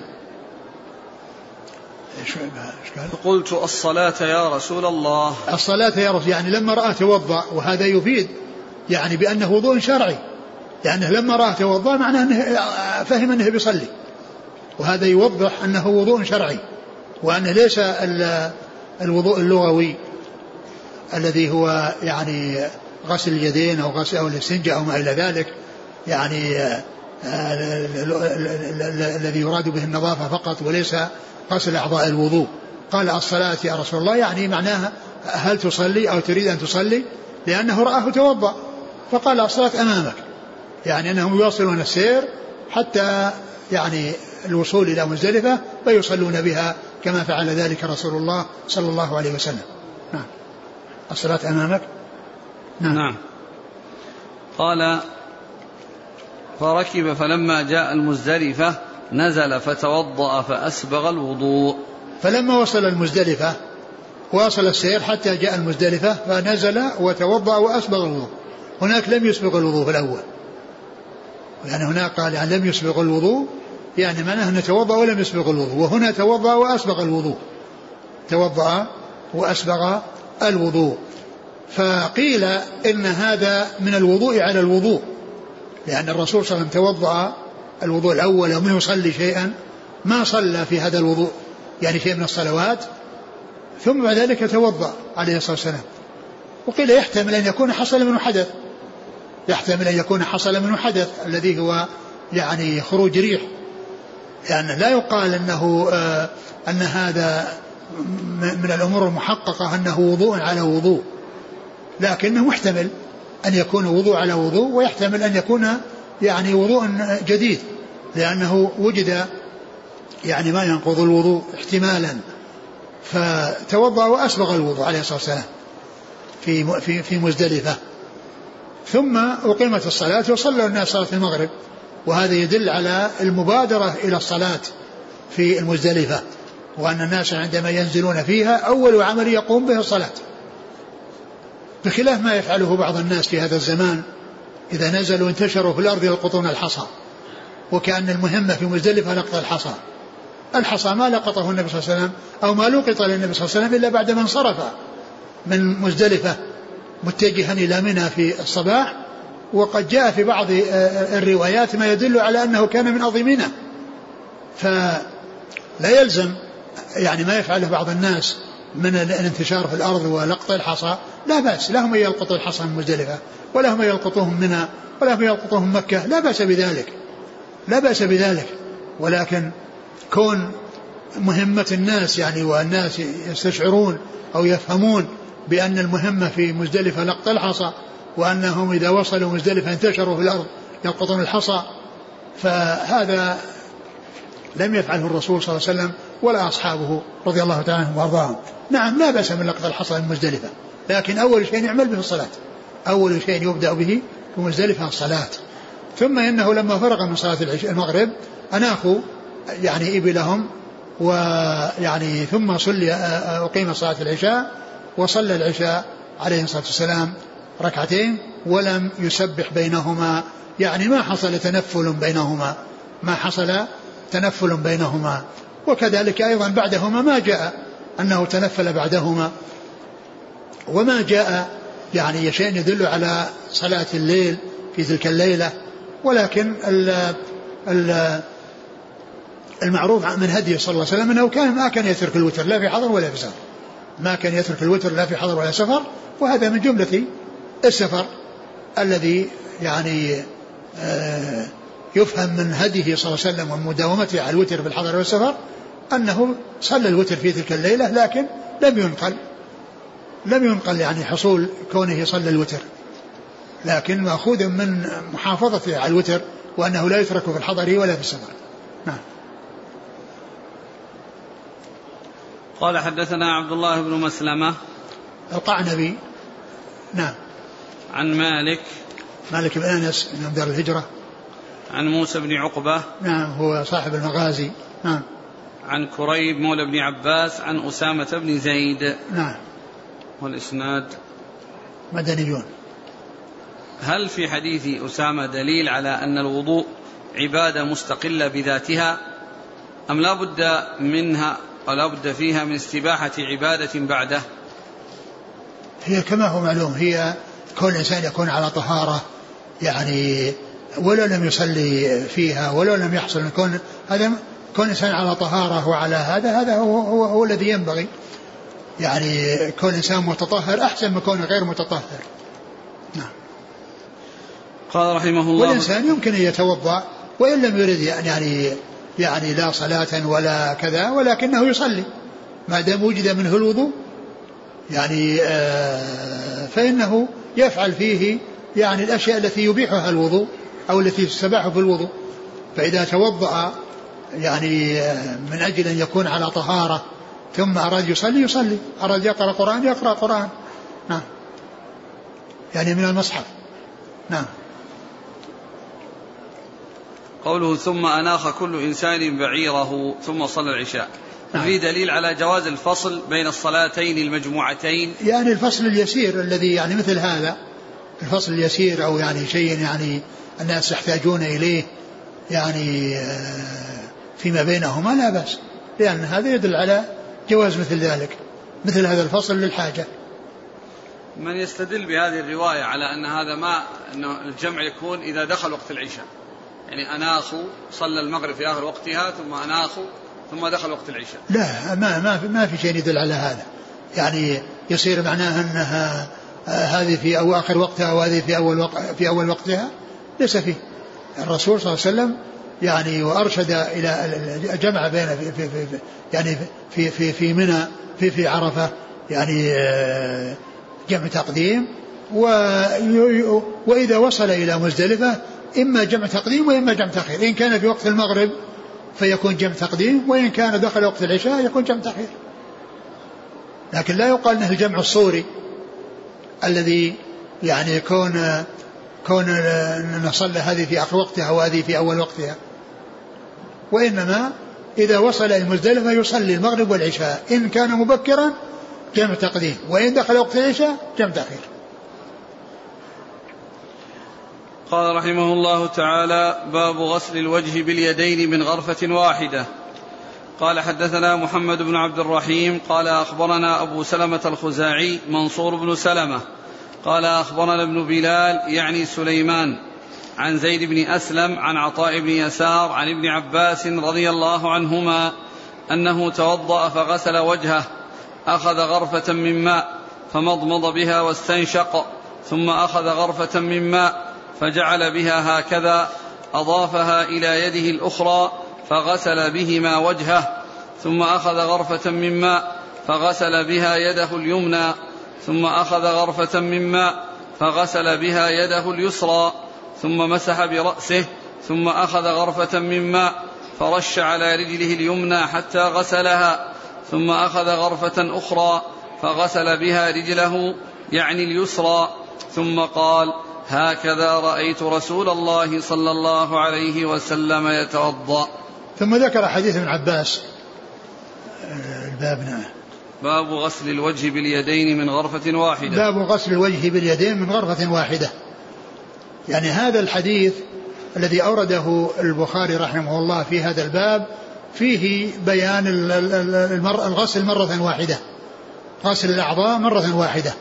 قلت الصلاة يا رسول الله. الصلاة يا رسول، يعني لما رأى توضأ، وهذا يفيد يعني بأنه وضوء شرعي، لأنه لما رأى توضأ معناه أنه فهم أنه بيصلي، وهذا يوضح أنه وضوء شرعي، وأنه ليس الوضوء اللغوي الذي هو يعني غسل اليدين أو غسل أو الاستنجاء أو ما إلى ذلك، يعني الذي يراد به النظافة فقط وليس غسل أعضاء الوضوء. قال الصلاة يا رسول الله، يعني معناها هل تصلي أو تريد أن تصلي، لأنه رآه توضأ فقال الصلاة أمامك، يعني أنهم يواصلون السير حتى يعني الوصول إلى مزدلفة فيصلون بها كما فعل ذلك رسول الله صلى الله عليه وسلم. نعم. الصلاة أمامك. نعم. قال فركب فلما جاء المزدلفة نزل فتوضأ فأسبغ الوضوء. فلما وصل المزدلفة واصل السير حتى جاء المزدلفة فنزل وتوضأ وأسبغ الوضوء. هناك لم يسبغ الوضوء في الأول، يعني هناك قال يعني لم يسبغ الوضوء، يعني معناه أنه توضأ ولم يسبغ الوضوء، وهنا توضأ وأسبغ الوضوء، توضأ وأسبغ الوضوء. فقيل إن هذا من الوضوء على الوضوء، لأن الرسول صلى الله عليه وسلم توضأ الوضوء الأول ومن يصلي شيئا، ما صلى في هذا الوضوء يعني شيء من الصلوات، ثم بعد ذلك توضأ عليه الصلاة والسلام. وقيل يحتمل أن يكون حصل منه حدث، يحتمل أن يكون حصل منه حدث الذي هو يعني خروج ريح، يعني لا يقال أن هذا من الأمور المحققة أنه وضوء على وضوء، لكنه محتمل أن يكون وضوء على وضوء، ويحتمل أن يكون يعني وضوء جديد، لأنه وجد يعني ما ينقض الوضوء احتمالا. فتوضأ وأسبغ الوضوء عليه الصلاة والسلام في مزدلفة. ثم أقيمت الصلاة وصلى الناس صلاة المغرب، وهذا يدل على المبادرة إلى الصلاة في المزدلفة، وأن الناس عندما ينزلون فيها أول عمل يقوم به الصلاة، بخلاف ما يفعله بعض الناس في هذا الزمان، إذا نزلوا انتشروا في الأرض يلقطون الحصى، وكأن المهمة في مزدلفة لقط الحصى. الحصى ما لقطه النبي صلى الله عليه وسلم أو ما لقط للنبي صلى الله عليه وسلم إلا بعد ما انصرف من مزدلفة متجها إلى منى في الصباح. وقد جاء في بعض الروايات ما يدل على أنه كان من أرض منى، فلا يلزم يعني ما يفعله بعض الناس من الانتشار في الأرض ولقط الحصى، لا بأس، لهم يلقطوا الحصى من مزدلفة، ولهم يلقطوهم منى، ولهم يلقطوهم مكة، لا بأس بذلك، لا بأس بذلك. ولكن كون مهمة الناس يعني والناس يستشعرون أو يفهمون بأن المهمة في مزدلفة لقط الحصى، وأنهم إذا وصلوا مزدلفة انتشروا في الأرض يلقطون الحصى، فهذا لم يفعله الرسول صلى الله عليه وسلم ولا أصحابه رضي الله تعالى عنهم وارضاهم. نعم لا بأس من لقط الحصى من مزدلفة، لكن أول شيء يعمل به الصلاة، أول شيء يبدأ به في مزدلفة الصلاة. ثم إنه لما فرغ من صلاة المغرب أناخوا يعني إبلهم، ويعني ثم صلي أقيم صلاة العشاء، وصلى العشاء عليه الصلاة والسلام ركعتين ولم يسبح بينهما، يعني ما حصل تنفل بينهما، ما حصل تنفل بينهما. وكذلك أيضا بعدهما ما جاء أنه تنفل بعدهما، وما جاء يعني شيء يدل على صلاة الليل في تلك الليلة. ولكن المعروف من هديه صلى الله عليه وسلم أنه ما كان يترك الوتر لا في حضر ولا في سفر، ما كان يترك الوتر لا في حضر ولا سفر. وهذا من جملة السفر الذي يعني يفهم من هديه صلى الله عليه وسلم ومداومته على الوتر في الحضر والسفر أنه صلى الوتر في تلك الليلة، لكن لم ينقل يعني حصول كونه صلى الوتر، لكن مأخوذ من محافظته على الوتر وأنه لا يترك في الحضر ولا في السفر. نعم. قال حدثنا عبد الله بن مسلمة القعنبي. نعم. عن مالك بن أنس من دار الهجرة. عن موسى بن عقبة. نعم هو صاحب المغازي. نعم. عن كريب مولى بن عباس عن أسامة بن زيد. نعم. والإسناد مدنيون. هل في حديث أسامة دليل على أن الوضوء عبادة مستقلة بذاتها أم لا بد منها أو لا بد فيها من استباحة عبادة بعده؟ هي كما هو معلوم، هي كل إنسان يكون على طهارة يعني ولو لم يصلي فيها ولو لم يحصل كون إنسان على طهارة وعلى هذا هو الذي ينبغي، يعني كون إنسان متطهر أحسن من كون غير متطهر. نعم. قال رحمه الله والإنسان يمكن أن يتوضأ وإن لم يرد يعني لا صلاة ولا كذا، ولكنه يصلي ما دام وجد منه الوضوء يعني فإنه يفعل فيه يعني الأشياء التي يبيحها الوضوء أو التي تستباح في الوضوء. فإذا توضأ يعني من أجل أن يكون على طهارة ثم أراد يصلي، أراد يقرأ قرآن. نعم. يعني من المصحف. نعم. قوله ثم أناخ كل إنسان بعيره ثم صلى العشاء. نعم. في دليل على جواز الفصل بين الصلاتين المجموعتين، يعني الفصل اليسير الذي يعني مثل هذا الفصل اليسير أو يعني شيء يعني الناس يحتاجون إليه يعني فيما بينهما لا بأس، لأن هذا يدل على جواز مثل ذلك، مثل هذا الفصل للحاجة. من يستدل بهذه الرواية على أن هذا أن الجمع يكون إذا دخل وقت العشاء، يعني أناخوا صلى المغرب في آخر وقتها ثم أناخوا ثم دخل وقت العشاء. لا ما في شيء يدل على هذا، يعني يصير معناها أنها هذه في آخر وقتها وهذه في أول وقتها، ليس فيه. الرسول صلى الله عليه وسلم يعني وأرشد إلى الجمع بين يعني في منى في عرفة يعني جمع تقديم، وإذا وصل إلى مزدلفة إما جمع تقديم وإما جمع تأخير. إن كان في وقت المغرب فيكون جمع تقديم، وإن كان دخل وقت العشاء يكون جمع تأخير. لكن لا يقال أنه الجمع الصوري الذي يعني كون نصلى هذه في آخر وقتها وهذه في أول وقتها، وإنما إذا وصل إلى المزدلفة يصلي المغرب والعشاء، إن كان مبكرا جمع تقديم، وإن دخل وقت العشاء جمع تأخير. قال رحمه الله تعالى: باب غسل الوجه باليدين من غرفة واحدة. قال حدثنا محمد بن عبد الرحيم قال أخبرنا أبو سلمة الخزاعي منصور بن سلمة قال أخبرنا ابن بلال يعني سليمان عن زيد بن أسلم عن عطاء بن يسار عن ابن عباس رضي الله عنهما أنه توضأ فغسل وجهه، أخذ غرفة من ماء فمضمض بها واستنشق، ثم أخذ غرفة من ماء فجعل بها هكذا، أضافها إلى يده الأخرى فغسل بهما وجهه، ثم أخذ غرفة من ماء فغسل بها يده اليمنى، ثم أخذ غرفة من ماء فغسل بها يده اليسرى، ثم مسح برأسه، ثم أخذ غرفة من ماء فرش على رجله اليمنى حتى غسلها، ثم أخذ غرفة أخرى فغسل بها رجله يعني اليسرى، ثم قال: هكذا رأيت رسول الله صلى الله عليه وسلم يتوضأ. ثم ذكر حديث ابن عباس البابنا باب غسل الوجه باليدين من غرفة واحدة. باب غسل الوجه باليدين من غرفة واحدة. يعني هذا الحديث الذي أورده البخاري رحمه الله في هذا الباب فيه بيان الغسل مرة واحدة، غسل الأعضاء مرة واحدة،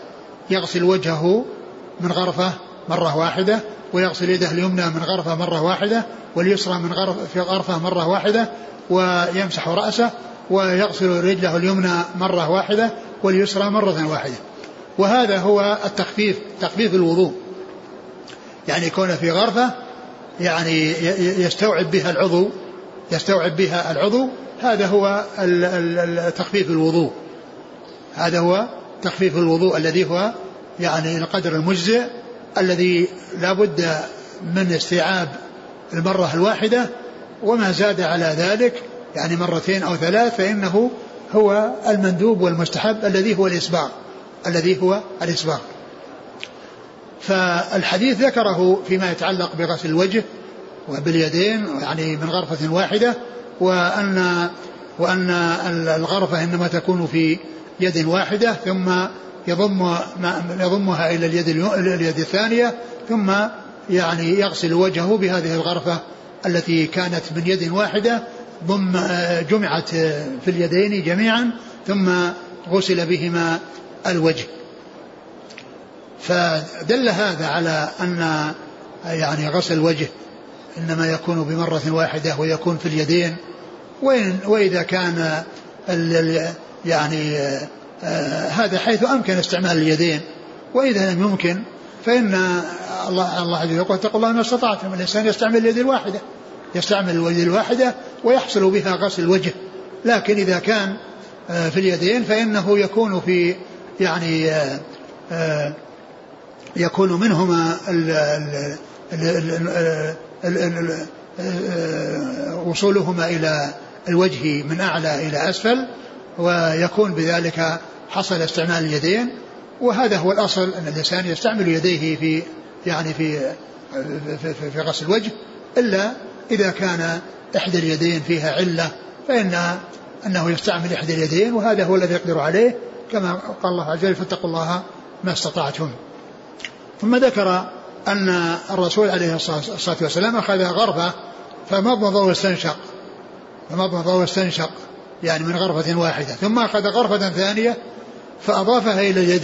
يغسل وجهه من غرفة مرة واحدة، ويغسل يده اليمنى من غرفة مرة واحدة، واليسرى من غرفة مرة واحدة، ويمسح رأسه، ويغسل رجله اليمنى مرة واحدة واليسرى مرة واحدة. وهذا هو التخفيف، تخفيف الوضوء، يعني يكون في غرفة يعني يستوعب بها العضو، هذا هو تخفيف الوضوء، هذا هو تخفيف الوضوء الذي هو يعني القدر المجزئ الذي لا بد من استيعاب المرة الواحدة، وما زاد على ذلك يعني مرتين أو ثلاث فإنه هو المندوب والمستحب الذي هو الإسباغ. فالحديث ذكره فيما يتعلق بغسل الوجه وباليدين يعني من غرفة واحدة، وأن الغرفة إنما تكون في يد واحدة، ثم يضمها إلى اليد الثانية، ثم يعني يغسل وجهه بهذه الغرفة التي كانت من يد واحدة جمعت في اليدين جميعا، ثم غسل بهما الوجه. فدل هذا على أن يعني غسل الوجه إنما يكون بمرة واحدة ويكون في اليدين، وإذا كان يعني هذا حيث أمكن استعمال اليدين، وإذا لم يمكن فإن الله عز وجل يقول اتقوا الله ما استطعتم، الإنسان يستعمل اليد الواحدة ويحصل بها غسل الوجه. لكن إذا كان في اليدين فإنه يكون في يعني يكون منهما وصولهما إلى الوجه من أعلى إلى أسفل، ويكون بذلك حصل استعمال اليدين. وهذا هو الأصل، أن الإنسان يستعمل يديه في يعني في غسل الوجه، إلا إذا كان إحدى اليدين فيها علة فإنه يستعمل إحدى اليدين، وهذا هو الذي يقدر عليه، كما قال الله عز وجل فاتقوا الله ما استطعتم. ثم ذكر أن الرسول عليه الصلاة والسلام أخذ غرفة فمضمض واستنشق يعني من غرفة واحدة، ثم أخذ غرفة ثانية فأضافها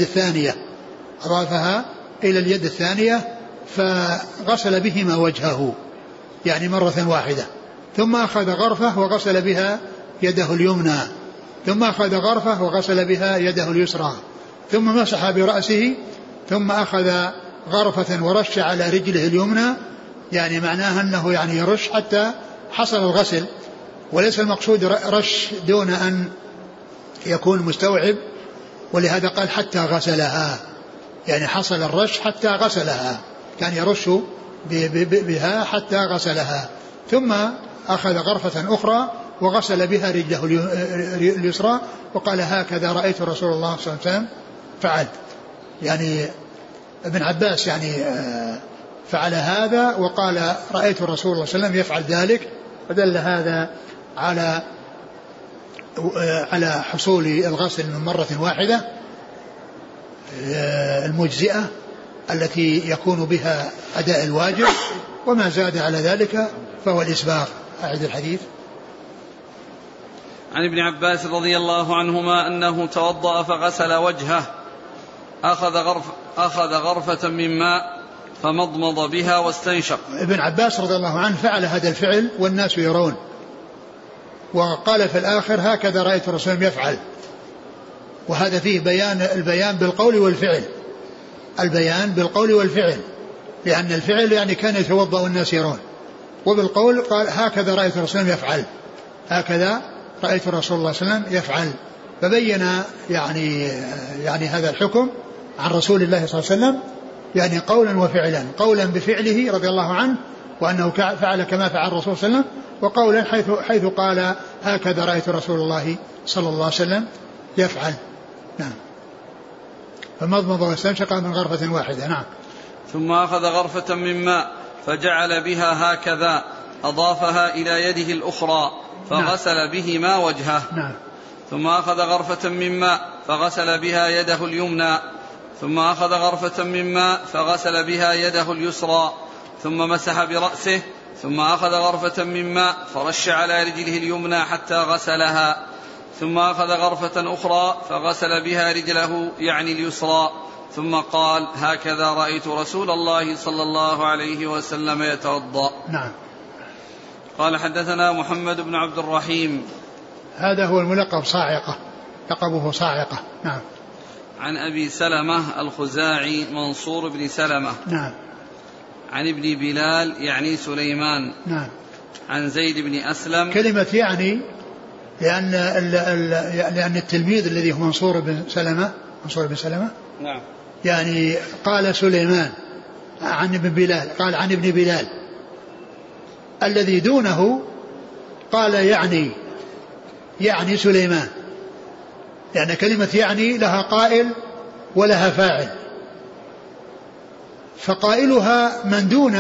إلى اليد الثانية فغسل بهما وجهه يعني مرة واحدة، ثم أخذ غرفة وغسل بها يده اليمنى، ثم أخذ غرفة وغسل بها يده اليسرى، ثم مسح برأسه، ثم أخذ غرفة ورش على رجله اليمنى، يعني معناها أنه يعني يرش حتى حصل الغسل، وليس المقصود رش دون أن يكون مستوعب، ولهذا قال حتى غسلها، يعني حصل الرش حتى غسلها، كان يرش بها حتى غسلها، ثم أخذ غرفة أخرى وغسل بها رجله اليسرى، وقال هكذا رأيت رسول الله صلى الله عليه وسلم فعل. يعني ابن عباس يعني فعل هذا وقال رأيت رسول الله صلى الله عليه وسلم يفعل ذلك، فدل هذا على حصول الغسل من مرة واحدة المجزئة التي يكون بها أداء الواجب، وما زاد على ذلك فهو الإسباغ. أعد الحديث. عن ابن عباس رضي الله عنهما أنه توضأ فغسل وجهه، أخذ غرفة من ماء فمضمض بها واستنشق. ابن عباس رضي الله عنه فعل هذا الفعل والناس يرون، وقال في الآخر هكذا رأيت الرسول يفعل، وهذا فيه البيان بالقول والفعل، لأن الفعل يعني كان يتوضأ والناس يرون، وبالقول قال هكذا رأيت الرسول يفعل، هكذا رأيت الرسول الله صلى الله عليه وسلم يفعل، فبين يعني هذا الحكم عن رسول الله صلى الله عليه وسلم يعني قولا وفعلا، قولا بفعله رضي الله عنه وأنه فعل كما فعل الرسول صلى الله عليه وسلم، وقولا حيث قال هكذا رأيت رسول الله صلى الله عليه وسلم يفعل. نعم. فمضمض واستنشق من غرفة واحدة. نعم. ثم أخذ غرفة من ماء فجعل بها هكذا، أضافها إلى يده الأخرى فغسل بهما وجهه. نعم. ثم أخذ غرفة من ماء فغسل بها يده اليمنى، ثم أخذ غرفة من ماء فغسل بها يده اليسرى، ثم مسح برأسه، ثم أخذ غرفة من ماء فرش على رجله اليمنى حتى غسلها، ثم أخذ غرفة أخرى فغسل بها رجله يعني اليسرى، ثم قال: هكذا رأيت رسول الله صلى الله عليه وسلم يتوضأ. نعم. قال: حدثنا محمد بن عبد الرحيم، هذا هو الملقب صاعقة، لقبه صاعقة. نعم. عن أبي سلمة الخزاعي منصور بن سلمة. نعم. عن ابن بلال يعني سليمان. نعم. عن زيد بن أسلم. كلمة يعني لأن التلميذ الذي هو منصور بن سلمة نعم. يعني قال سليمان عن ابن بلال، قال عن ابن بلال. الذي دونه قال يعني سليمان، لأن كلمة يعني لها قائل ولها فاعل، فقائلها من دون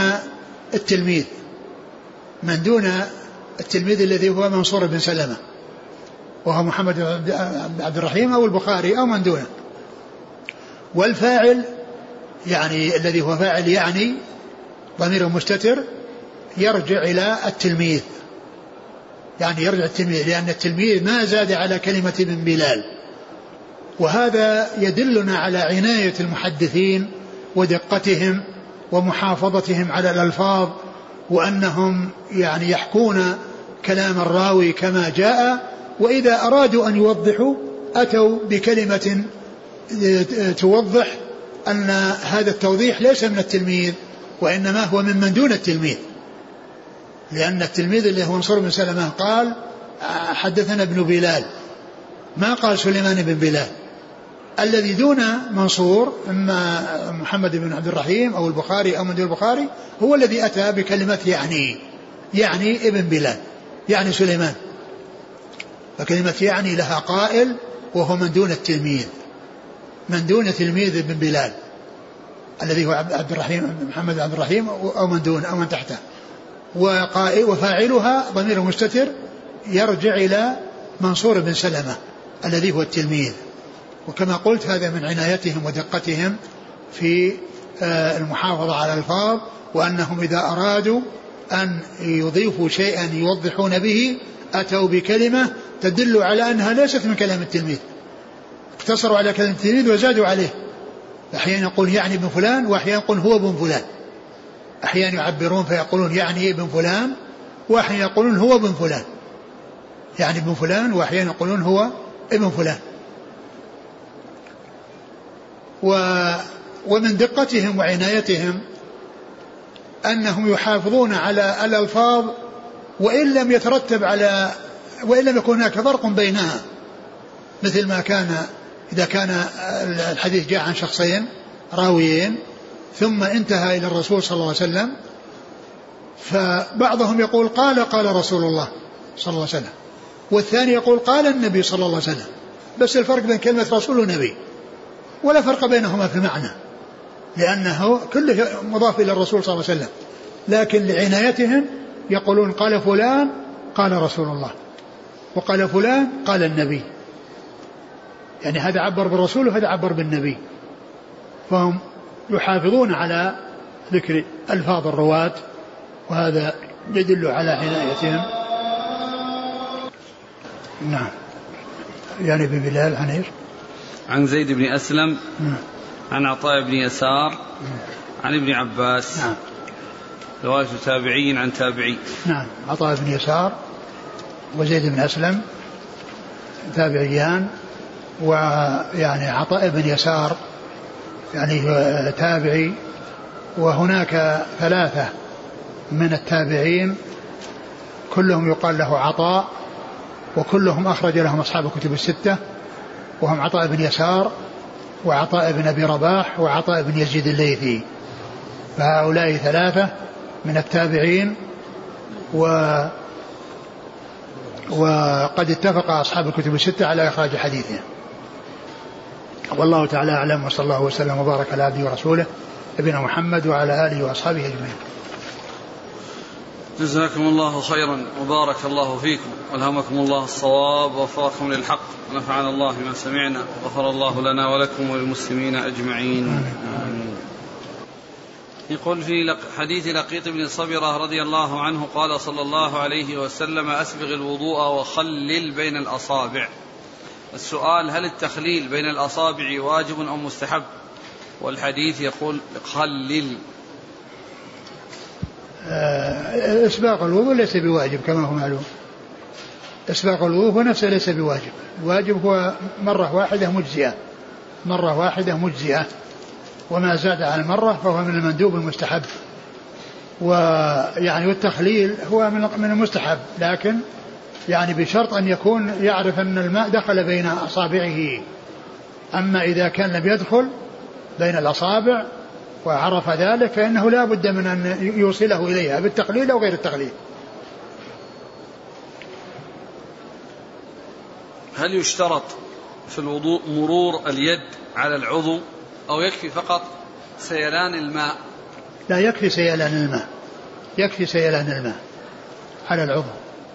التلميذ الذي هو منصور بن سلمة، وهو محمد بن عبد الرحيم أو البخاري أو من دونه. والفاعل يعني الذي هو فاعل يعني ضمير مستتر يرجع إلى التلميذ، يعني يرجع التلميذ، لأن التلميذ ما زاد على كلمة ابن بلال. وهذا يدلنا على عناية المحدثين ودقتهم ومحافظتهم على الألفاظ، وأنهم يعني يحكون كلام الراوي كما جاء، وإذا أرادوا أن يوضحوا أتوا بكلمة توضح أن هذا التوضيح ليس من التلميذ، وإنما هو من دون التلميذ، لأن التلميذ اللي هو منصور بن سلمة قال حدثنا ابن بلال، ما قال سليمان بن بلال. الذي دون منصور إما محمد بن عبد الرحيم أو البخاري أو من دون البخاري هو الذي أتى بكلمة يعني ابن بلال، يعني سليمان. فكلمة يعني لها قائل وهو من دون التلميذ، من دون تلميذ ابن بلال الذي هو عبد الرحيم محمد عبد الرحيم أو من دون أو من تحته. وفاعلها ضمير مستتر يرجع إلى منصور بن سلمة الذي هو التلميذ. وكما قلت هذا من عنايتهم ودقتهم في المحافظة على الألفاظ، وأنهم إذا أرادوا أن يضيفوا شيئا يوضحون به أتوا بكلمة تدل على أنها ليست من كلام التلميذ، اقتصروا على كلام التلميذ وزادوا عليه. أحيانا يقول يعني ابن فلان، وأحيانا يقول هو ابن فلان، أحيانا يعبرون فيقولون يعني ابن فلان، وأحيانا يقولون هو ابن فلان، يعني ابن فلان، وأحيانا يقولون هو ابن فلان. ومن دقتهم وعنايتهم أنهم يحافظون على الألفاظ وإن لم يكن هناك فرق بينها، مثل ما كان إذا كان الحديث جاء عن شخصين راويين ثم انتهى إلى الرسول صلى الله عليه وسلم، فبعضهم يقول قال رسول الله صلى الله عليه وسلم، والثاني يقول قال النبي صلى الله عليه وسلم، بس الفرق بين كلمة رسول ونبي، ولا فرق بينهما في المعنى، لأنه كله مضاف إلى الرسول صلى الله عليه وسلم، لكن لعنايتهم يقولون قال فلان قال رسول الله، وقال فلان قال النبي، يعني هذا عبر بالرسول وهذا عبر بالنبي. فهم يحافظون على ذكر ألفاظ الرواة، وهذا يدل على عنايتهم. نعم. يعني ابن بلال عن ايش؟ عن زيد بن أسلم. عن عطاء بن يسار. عن ابن عباس. نعم. رواية تابعي عن تابعي. نعم. عطاء بن يسار وزيد بن أسلم تابعيان، ويعني عطاء بن يسار يعني تابعي، وهناك ثلاثة من التابعين كلهم يقال له عطاء، وكلهم أخرج لهم أصحاب الكتب الستة، وهم عطاء بن يسار وعطاء بن أبي رباح وعطاء بن يزيد الليثي. فهؤلاء ثلاثة من التابعين، وقد اتفق أصحاب الكتب الستة على إخراج حديثهم. والله تعالى أعلم، وصلى الله وسلم وبارك على عبده ورسوله نبينا محمد وعلى آله وأصحابه أجمعين. جزاكم الله خيرا وبارك الله فيكم، ألهمكم الله الصواب ووفقكم للحق، ونفعنا الله بما سمعنا، وغفر الله لنا ولكم وللمسلمين أجمعين. آمين. يقول في حديث لقيط بن صبرة رضي الله عنه قال صلى الله عليه وسلم: أسبغ الوضوء وخلل بين الأصابع. السؤال: هل التخليل بين الأصابع واجب أو مستحب؟ والحديث يقول خلل. إسباغ الوضوء ليس بواجب كما هو معلوم. إسباغ الوضوء هو نفسه ليس بواجب. الواجب هو مرة واحدة مجزئة وما زاد على المرة فهو من المندوب المستحب. ويعني والتخليل هو من المستحب، لكن يعني بشرط أن يكون يعرف أن الماء دخل بين أصابعه. أما إذا كان لم يدخل بين الأصابع وعرف ذلك فإنه لا بد من أن يوصله إليها بالتخليل أو غير التخليل. هل يشترط في الوضوء مرور اليد على العضو أو يكفي فقط سيلان الماء؟ لا، يكفي سيلان الماء على العضو.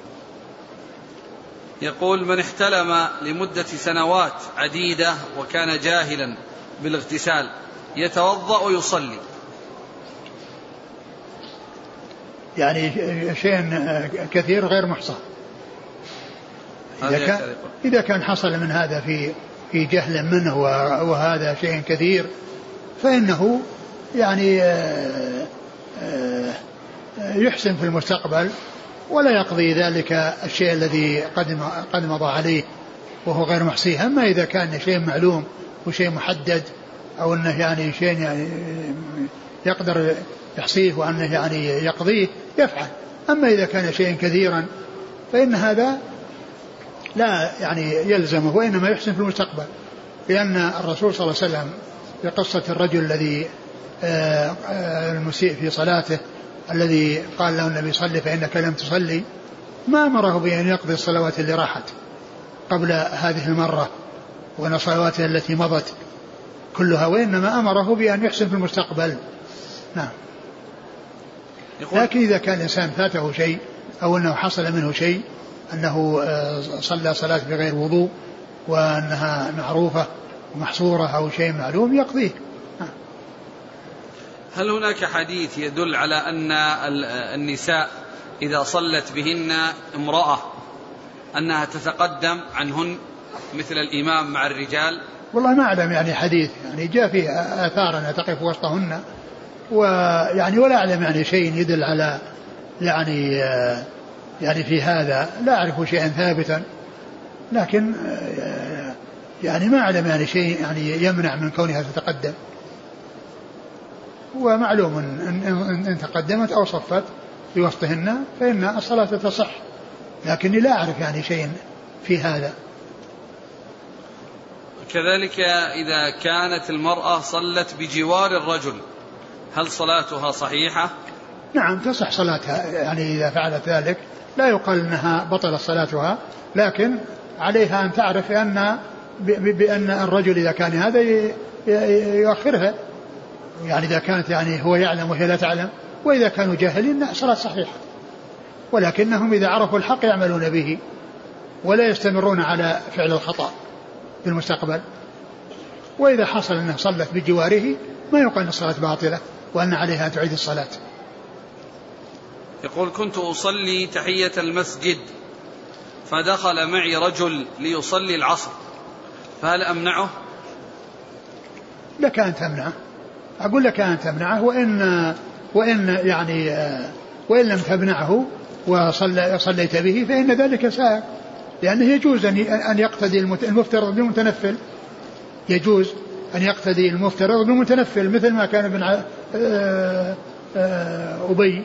يقول: من احتلم لمدة سنوات عديدة وكان جاهلا بالاغتسال يتوضأ ويصلي؟ يعني شيء كثير غير محصى. إذا كان حصل من هذا في جهل منه وهذا شيء كثير فإنه يعني يحسن في المستقبل ولا يقضي ذلك الشيء الذي قد مضى عليه وهو غير محصيه. أما إذا كان شيء معلوم وشيء محدد أو أنه يعني شيء يعني يقدر يحصيه وأنه يعني يقضيه يفعل. أما إذا كان شيء كثيرا فإن هذا لا يعني يلزمه وإنما يحسن في المستقبل، لأن الرسول صلى الله عليه وسلم في قصة الرجل الذي المسيء في صلاته الذي قال له النبي صلي فإنك لم تصلي، ما أمره بأن يقضي الصلوات اللي راحت قبل هذه المرة وأن صلواته التي مضت كلها، وإنما أمره بأن يحسن في المستقبل. نعم. لكن إذا كان الإنسان فاته شيء أو أنه حصل منه شيء أنه صلى صلاة بغير وضوء وأنها معروفة ومحصورة أو شيء معلوم يقضيه. هل هناك حديث يدل على أن النساء إذا صلت بهن امرأة أنها تتقدم عنهن مثل الإمام مع الرجال؟ والله ما أعلم يعني حديث يعني جاء فيه آثار أنها تقف وسطهن، ويعني ولا أعلم يعني شيء يدل على يعني في هذا لا أعرف شيئا ثابتا، لكن يعني ما أعلم يعني شيء يعني يمنع من كونها تتقدم. ومعلوم إن تقدمت أو صفت بوسطهن فإن الصلاة تصح، لكني لا أعرف يعني شيء في هذا. كذلك إذا كانت المرأة صلت بجوار الرجل هل صلاتها صحيحة؟ نعم تصح صلاتها، يعني إذا فعلت ذلك لا يقال أنها بطلت صلاتها، لكن عليها أن تعرف بأن الرجل إذا كان هذا يؤخرها، يعني إذا كانت يعني هو يعلم وهي لا تعلم، وإذا كانوا جاهلين صلاة صحيحة، ولكنهم إذا عرفوا الحق يعملون به ولا يستمرون على فعل الخطأ في المستقبل. وإذا حصل أنها صلت بجواره ما يقال أن الصلاة باطلة وأن عليها أن تعيد الصلاة. يقول: كنت أصلي تحية المسجد فدخل معي رجل ليصلي العصر فهل أمنعه؟ لك أن تمنعه، أقول لك أن تمنعه، وإن يعني وإن لم تمنعه وصليت به فإن ذلك سائغ، لأنه يجوز أن يقتدي المفترض بالمتنفل، يجوز أن يقتدي المفترض بالمتنفل، مثل ما كان ابن أبي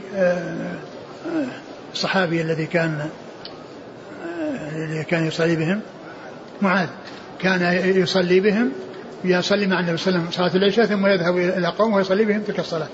الصحابي الذي كان يصلي بهم، معاذ كان يصلي بهم، يصلي مع النبي صلى الله عليه وسلم صلاة العشاء ثم يذهب إلى قوم ويصلي بهم تلك الصلاة.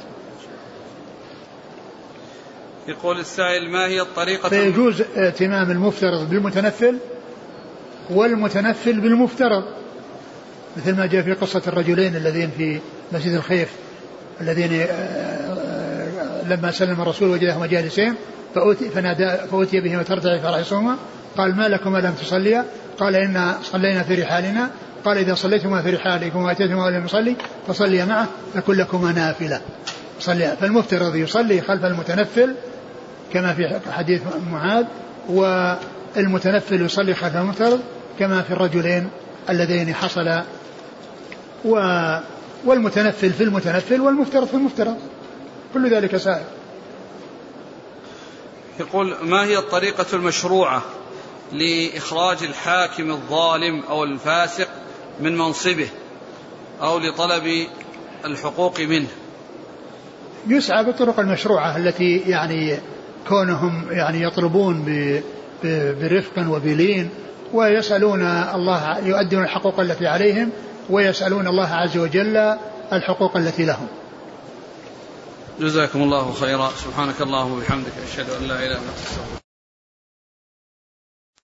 يقول السائل: ما هي الطريقة؟ فيجوز ائتمام المفترض بالمتنفل والمتنفل بالمفترض، مثل ما جاء في قصة الرجلين الذين في مسجد الخيف الذين لما سلم الرسول وجدهما جالسين فأتي بهما ترتعي فرأسهما، قال: ما لكما لم تصليا؟ قال: إنا صلينا في رحالنا. قال: إذا صليتما في رحالكم وأتيتما ولم يصلي فصليا معه فكن لكما نافلة. فالمفترض يصلي خلف المتنفل كما في حديث معاذ، والمتنفل يصلي خلف المفترض كما في الرجلين اللذين حصل. والمتنفل في المتنفل والمفترض في المفترض، كل ذلك سائر. يقول: ما هي الطريقة المشروعة لإخراج الحاكم الظالم أو الفاسق من منصبه أو لطلب الحقوق منه؟ يسعى بالطرق المشروعة التي يعني كونهم يعني يطلبون برفق وبلين، ويسألون الله، يؤدون الحقوق التي عليهم، ويسألون الله عز وجل الحقوق التي لهم. جزاكم الله خيرا. سبحانك اللهم وبحمدك، أشهد أن لا إله إلا أنت.